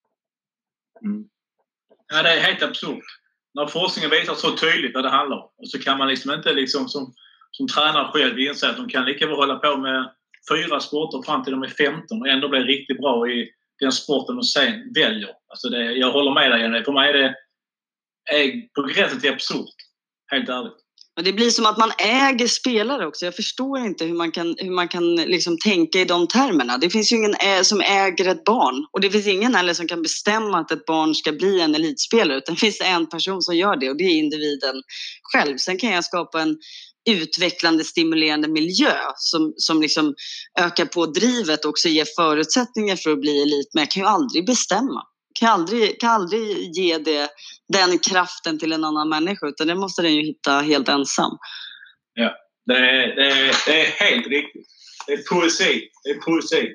Mm. Ja, det är helt absurt. När forskningen visar så tydligt vad det handlar om. Och så kan man liksom inte liksom som, som tränare själv inse att de kan lika väl hålla på med fyra sporter fram till de är femton och ändå bli riktigt bra i den sporten och sen väljer. Alltså det, jag håller med dig. För mig är det är på gränsen till absurt. Helt ärligt. Och det blir som att man äger spelare också. Jag förstår inte hur man kan, hur man kan liksom tänka i de termerna. Det finns ju ingen ä- som äger ett barn. Och det finns ingen heller som kan bestämma att ett barn ska bli en elitspelare. Utan det finns en person som gör det och det är individen själv. Sen kan jag skapa en utvecklande, stimulerande miljö som, som liksom ökar på drivet och också ger förutsättningar för att bli elit. Men jag kan ju aldrig bestämma. Kan aldrig, kan aldrig ge det, den kraften till en annan människa utan det måste den ju hitta helt ensam. Ja, det är, det är, det är helt riktigt. Det är poesi. Det är poesi.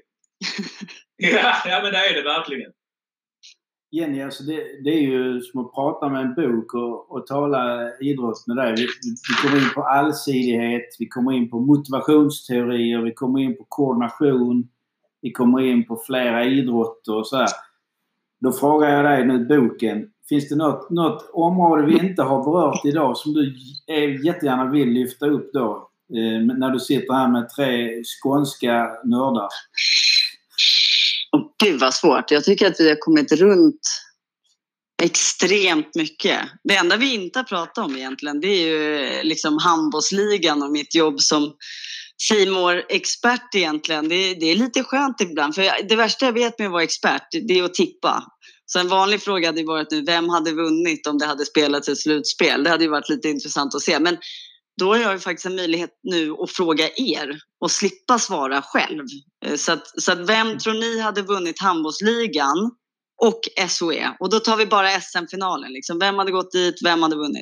ja, ja, men det är det verkligen. Jenny, alltså det, det är ju som att prata med en bok och, och tala idrott med dig. Vi, vi kommer in på allsidighet, vi kommer in på motivationsteorier, vi kommer in på koordination, vi kommer in på flera idrotter och så här. Då frågar jag dig nu boken. Finns det något, något område vi inte har berört idag som du är, jättegärna vill lyfta upp då? Eh, när du sitter här med tre skånska nördar. Åh, gud vad svårt. Jag tycker att vi har kommit runt extremt mycket. Det enda vi inte har pratat om egentligen det är ju liksom handbollsligan och mitt jobb som C More-expert egentligen. Det, det är lite skönt ibland. För det värsta jag vet med att vara expert, det är att tippa. Så en vanlig fråga hade varit nu, vem hade vunnit om det hade spelats ett slutspel? Det hade ju varit lite intressant att se. Men då har jag ju faktiskt en möjlighet nu att fråga er och slippa svara själv. Så att, så att vem tror ni hade vunnit handbollsligan och S H E? Och då tar vi bara S M-finalen. Liksom. Vem hade gått dit, vem hade vunnit?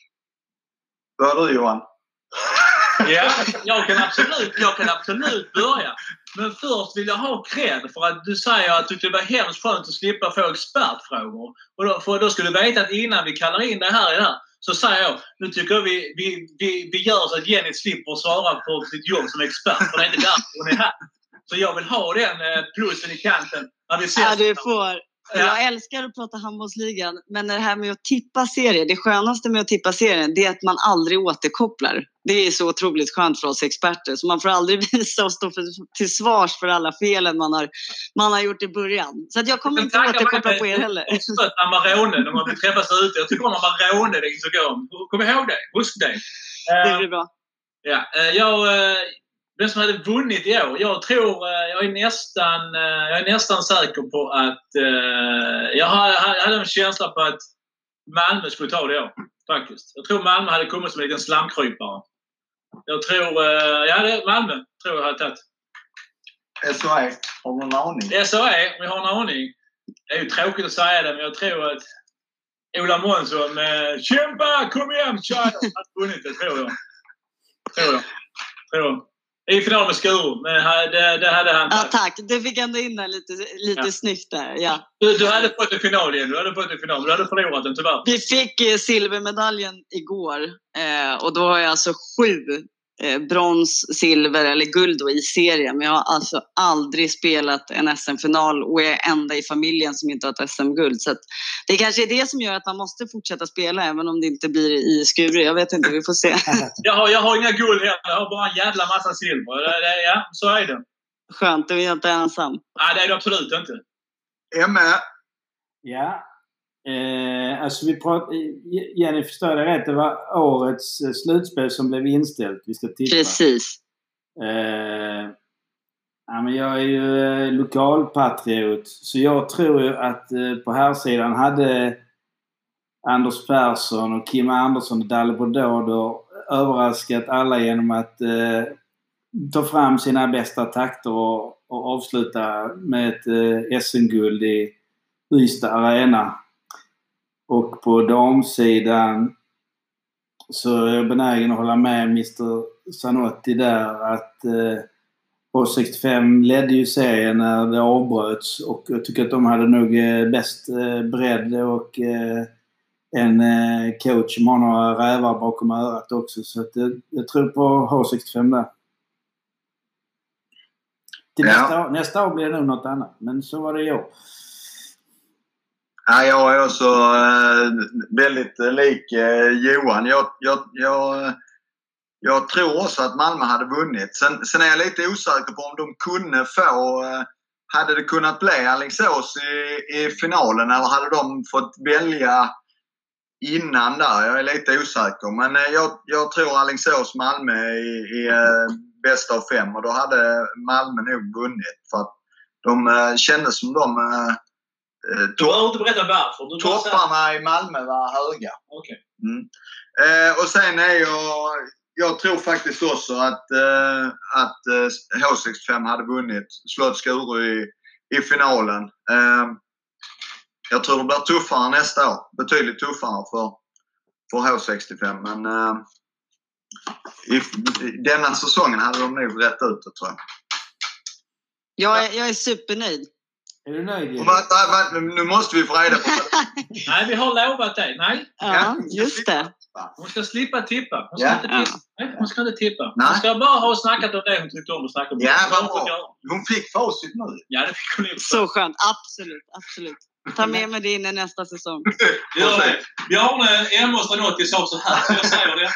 Bör du, Johan? Ja, jag kan, absolut, jag kan absolut börja. Men först vill jag ha cred för att du säger att du tyckte det var hemskt skönt att slippa få expertfrågor. Och då, för då skulle du veta att innan vi kallar in dig här i det här så säger jag, nu tycker jag vi, vi, vi, vi gör så att Jenny slipper svara på sitt jobb som expert. För det är inte därför hon är här. Så jag vill ha den plussen i kanten. När vi ses. Ja, du får. Jag älskar att prata handbollsligan, men det här med att tippa serier, det skönaste med att tippa serien det är att man aldrig återkopplar. Det är så otroligt skönt för oss experter, så man får aldrig visa och stå för, till svars för alla felen man har, man har gjort i början. Så att jag kommer inte återkoppla på er heller. Amarone, när man träffas ute. Jag tycker om Amarone, det Instagram. Kom ihåg det, husk det. Det blir bra. Ja, jag, vem som hade vunnit i år. Jag tror, jag är nästan, jag är nästan säker på att jag hade en känsla på att Malmö skulle ta det i år, faktiskt. Jag tror Malmö hade kommit som en liten slamkrypare. Jag tror, ja det Malmö tror jag hade tagit. S A E, har du en aning? S A E, vi har en aning. Det är ju tråkigt att säga det, men jag tror att Ola Månsson med kämpa, kom igen, tjej! Har vunnit det, tror jag. Tror jag. Tror jag. I final med Skuru, men det, det hade han tagit. Ja, tack. Du fick ändå in den lite, lite ja. Snyggt där. Ja. Du, du hade fått en final igen. Du hade fått en final. Du hade förlorat den tyvärr. Vi fick eh, silvermedaljen igår. Eh, och då har jag alltså sju eh, brons, silver eller guld då, i serien. Men jag har alltså aldrig spelat en S M-final och är enda i familjen som inte har ett S M-guld. Så att det kanske är det som gör att man måste fortsätta spela även om det inte blir i Skuru. Jag vet inte, vi får se. jag, har, jag har inga guld heller. Jag har bara en jävla massa silver. Det, det, ja, så är det. Skönt, du är inte ensam. Nej, det är du absolut inte. Emma? Ja. Eh, alltså vi pratar, Jenny förstår det rätt, det var årets slutspel som blev inställt. Vi ska titta. Precis. Eh, ja, men jag är ju eh, lokalpatriot, så jag tror ju att eh, på här sidan hade Anders Persson och Kim Andersson och Dalle Bordeaux överraskat alla genom att eh, ta fram sina bästa takter och, och avsluta med ett eh, S M-guld i Ystad Arena. Och på damsidan så är jag benägen att hålla med mister Zanotti där att eh, H sextiofem ledde ju serien när det avbröts och jag tycker att de hade nog eh, bäst eh, bredd och eh, en eh, coach som har några rävar bakom örat också. Så att, eh, jag tror på H sextiofem där. Till ja. nästa, år, nästa år blir det nog något annat, men så var det i år. Ja, jag är också äh, väldigt äh, lik äh, Johan. Jag, jag, jag, jag tror också att Malmö hade vunnit. Sen, sen är jag lite osäker på om de kunde få... Äh, hade det kunnat bli Alingsås i, i finalen eller hade de fått välja innan där? Jag är lite osäker. Men äh, jag, jag tror Alingsås Malmö i, i äh, bästa av fem och då hade Malmö nog vunnit. För att de äh, kändes som de... Äh, Du har inte berättat varför. Du topparna i Malmö var höga. Okay. Mm. Eh, och sen är jag... Jag tror faktiskt också att, eh, att eh, H sextiofem hade vunnit. Slått Skuru i, i finalen. Eh, jag tror det blir tuffare nästa år. Betydligt tuffare för, för H sextiofem. Men eh, i, i denna säsongen hade de nog rätt ut, tror jag. Jag är, jag är supernöjd. Är du nöjd? Nu måste vi få reda på det. Nej, vi har lovat dig. Nej. Ja, just det. Hon ska slippa tippa. Hon ska, ja. inte, tippa. Nej, hon ska inte tippa. Nej. Hon ska bara ha snackat om det hon tyckte om att snacka om. Ja, hon fick facit nu. Ja, det fick hon inte. Så skönt. Absolut, absolut. Ta med mig det in i nästa säsong. Ja, Bjarne Elmås Zanotti sa så här. Jag säger det.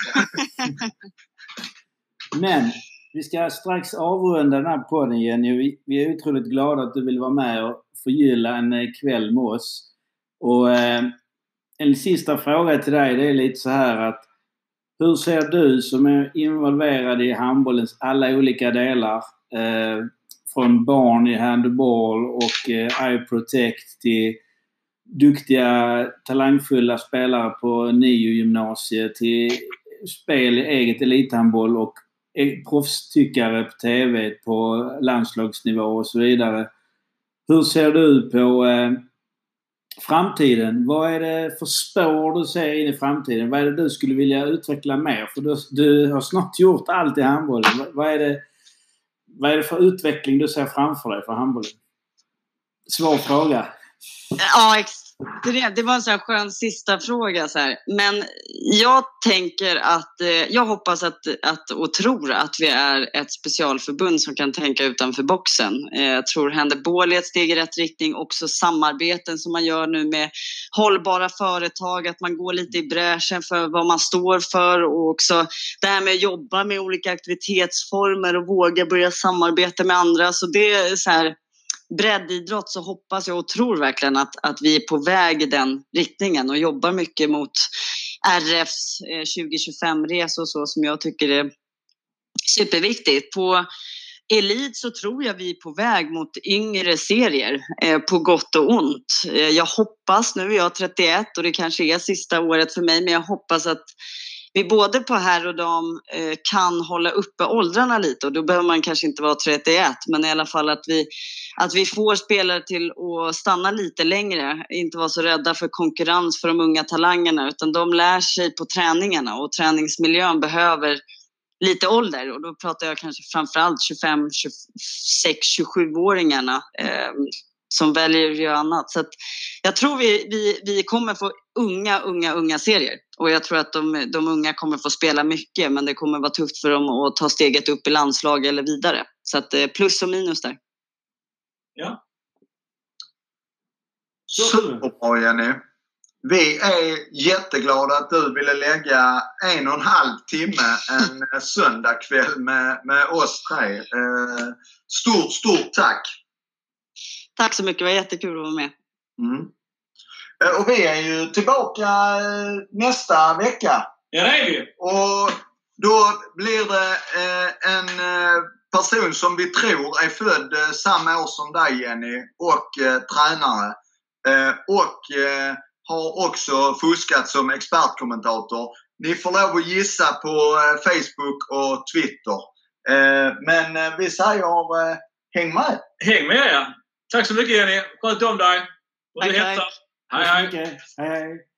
Men vi ska strax avrunda den här podden, Jenny. Vi är otroligt glada att du vill vara med och förgylla en kväll med oss. Och eh, en sista fråga till dig, det är lite så här att hur ser du som är involverad i handbollens alla olika delar eh, från barn i handboll och eh, Eye Protect till duktiga, talangfulla spelare på Nio-gymnasiet till spel i eget elithandboll och proffstyckare på tv på landslagsnivå och så vidare. Hur ser du på eh, framtiden? Vad är det för spår du ser in i framtiden? Vad är det du skulle vilja utveckla mer? För du, du har snart gjort allt i handbollen. Vad, vad, är det, vad är det för utveckling du ser framför dig för handbollen? Svår fråga. Ja, extremt. Det var en sån här skön sista fråga. Så här. Men jag tänker att, eh, jag hoppas att, att och tror att vi är ett specialförbund som kan tänka utanför boxen. Eh, jag tror handboll är ett steg i rätt riktning. Också samarbeten som man gör nu med hållbara företag. Att man går lite i bräschen för vad man står för. Och också det här med att jobba med olika aktivitetsformer och våga börja samarbeta med andra. Så det är så här... breddidrott, så hoppas jag och tror verkligen att, att vi är på väg i den riktningen och jobbar mycket mot R Fs tjugo tjugofem-resor och så, som jag tycker är superviktigt. På Elit så tror jag vi är på väg mot yngre serier, eh, på gott och ont. Eh, jag hoppas, nu är jag trettioett och det kanske är sista året för mig, men jag hoppas att vi både på herr och dam eh, kan hålla uppe åldrarna lite, och då behöver man kanske inte vara trettioett, men i alla fall att vi, att vi får spelare till att stanna lite längre, inte vara så rädda för konkurrens för de unga talangerna, utan de lär sig på träningarna, och träningsmiljön behöver lite ålder, och då pratar jag kanske framförallt tjugofem, tjugosex, tjugosju-åringarna eh, som väljer att göra annat. Så att jag tror vi, vi, vi kommer få unga, unga, unga serier. Och jag tror att de, de unga kommer få spela mycket, men det kommer vara tufft för dem att ta steget upp i landslag eller vidare. Så att eh, plus och minus där. Ja. Superbra, Jenny. Vi är jätteglada att du ville lägga en och en halv timme en söndagkväll med, med oss tre. Eh, stort, stort tack! Tack så mycket, det var jättekul att vara med. Mm. Eh, och vi är ju tillbaka eh, nästa vecka. Ja, det är vi. Och då blir det eh, en eh, person som vi tror är född eh, samma år som dig, Jenny, och eh, tränare. Eh, och... Eh, har också fuskat som expertkommentator. Ni får lov att gissa på eh, Facebook och Twitter. Eh, men eh, vi säger eh, häng med. Häng med, ja. Tack så mycket, Jenny. Sköt om dig. Och Tack, du tack. hälsar. Hej, hej. Hej, hej.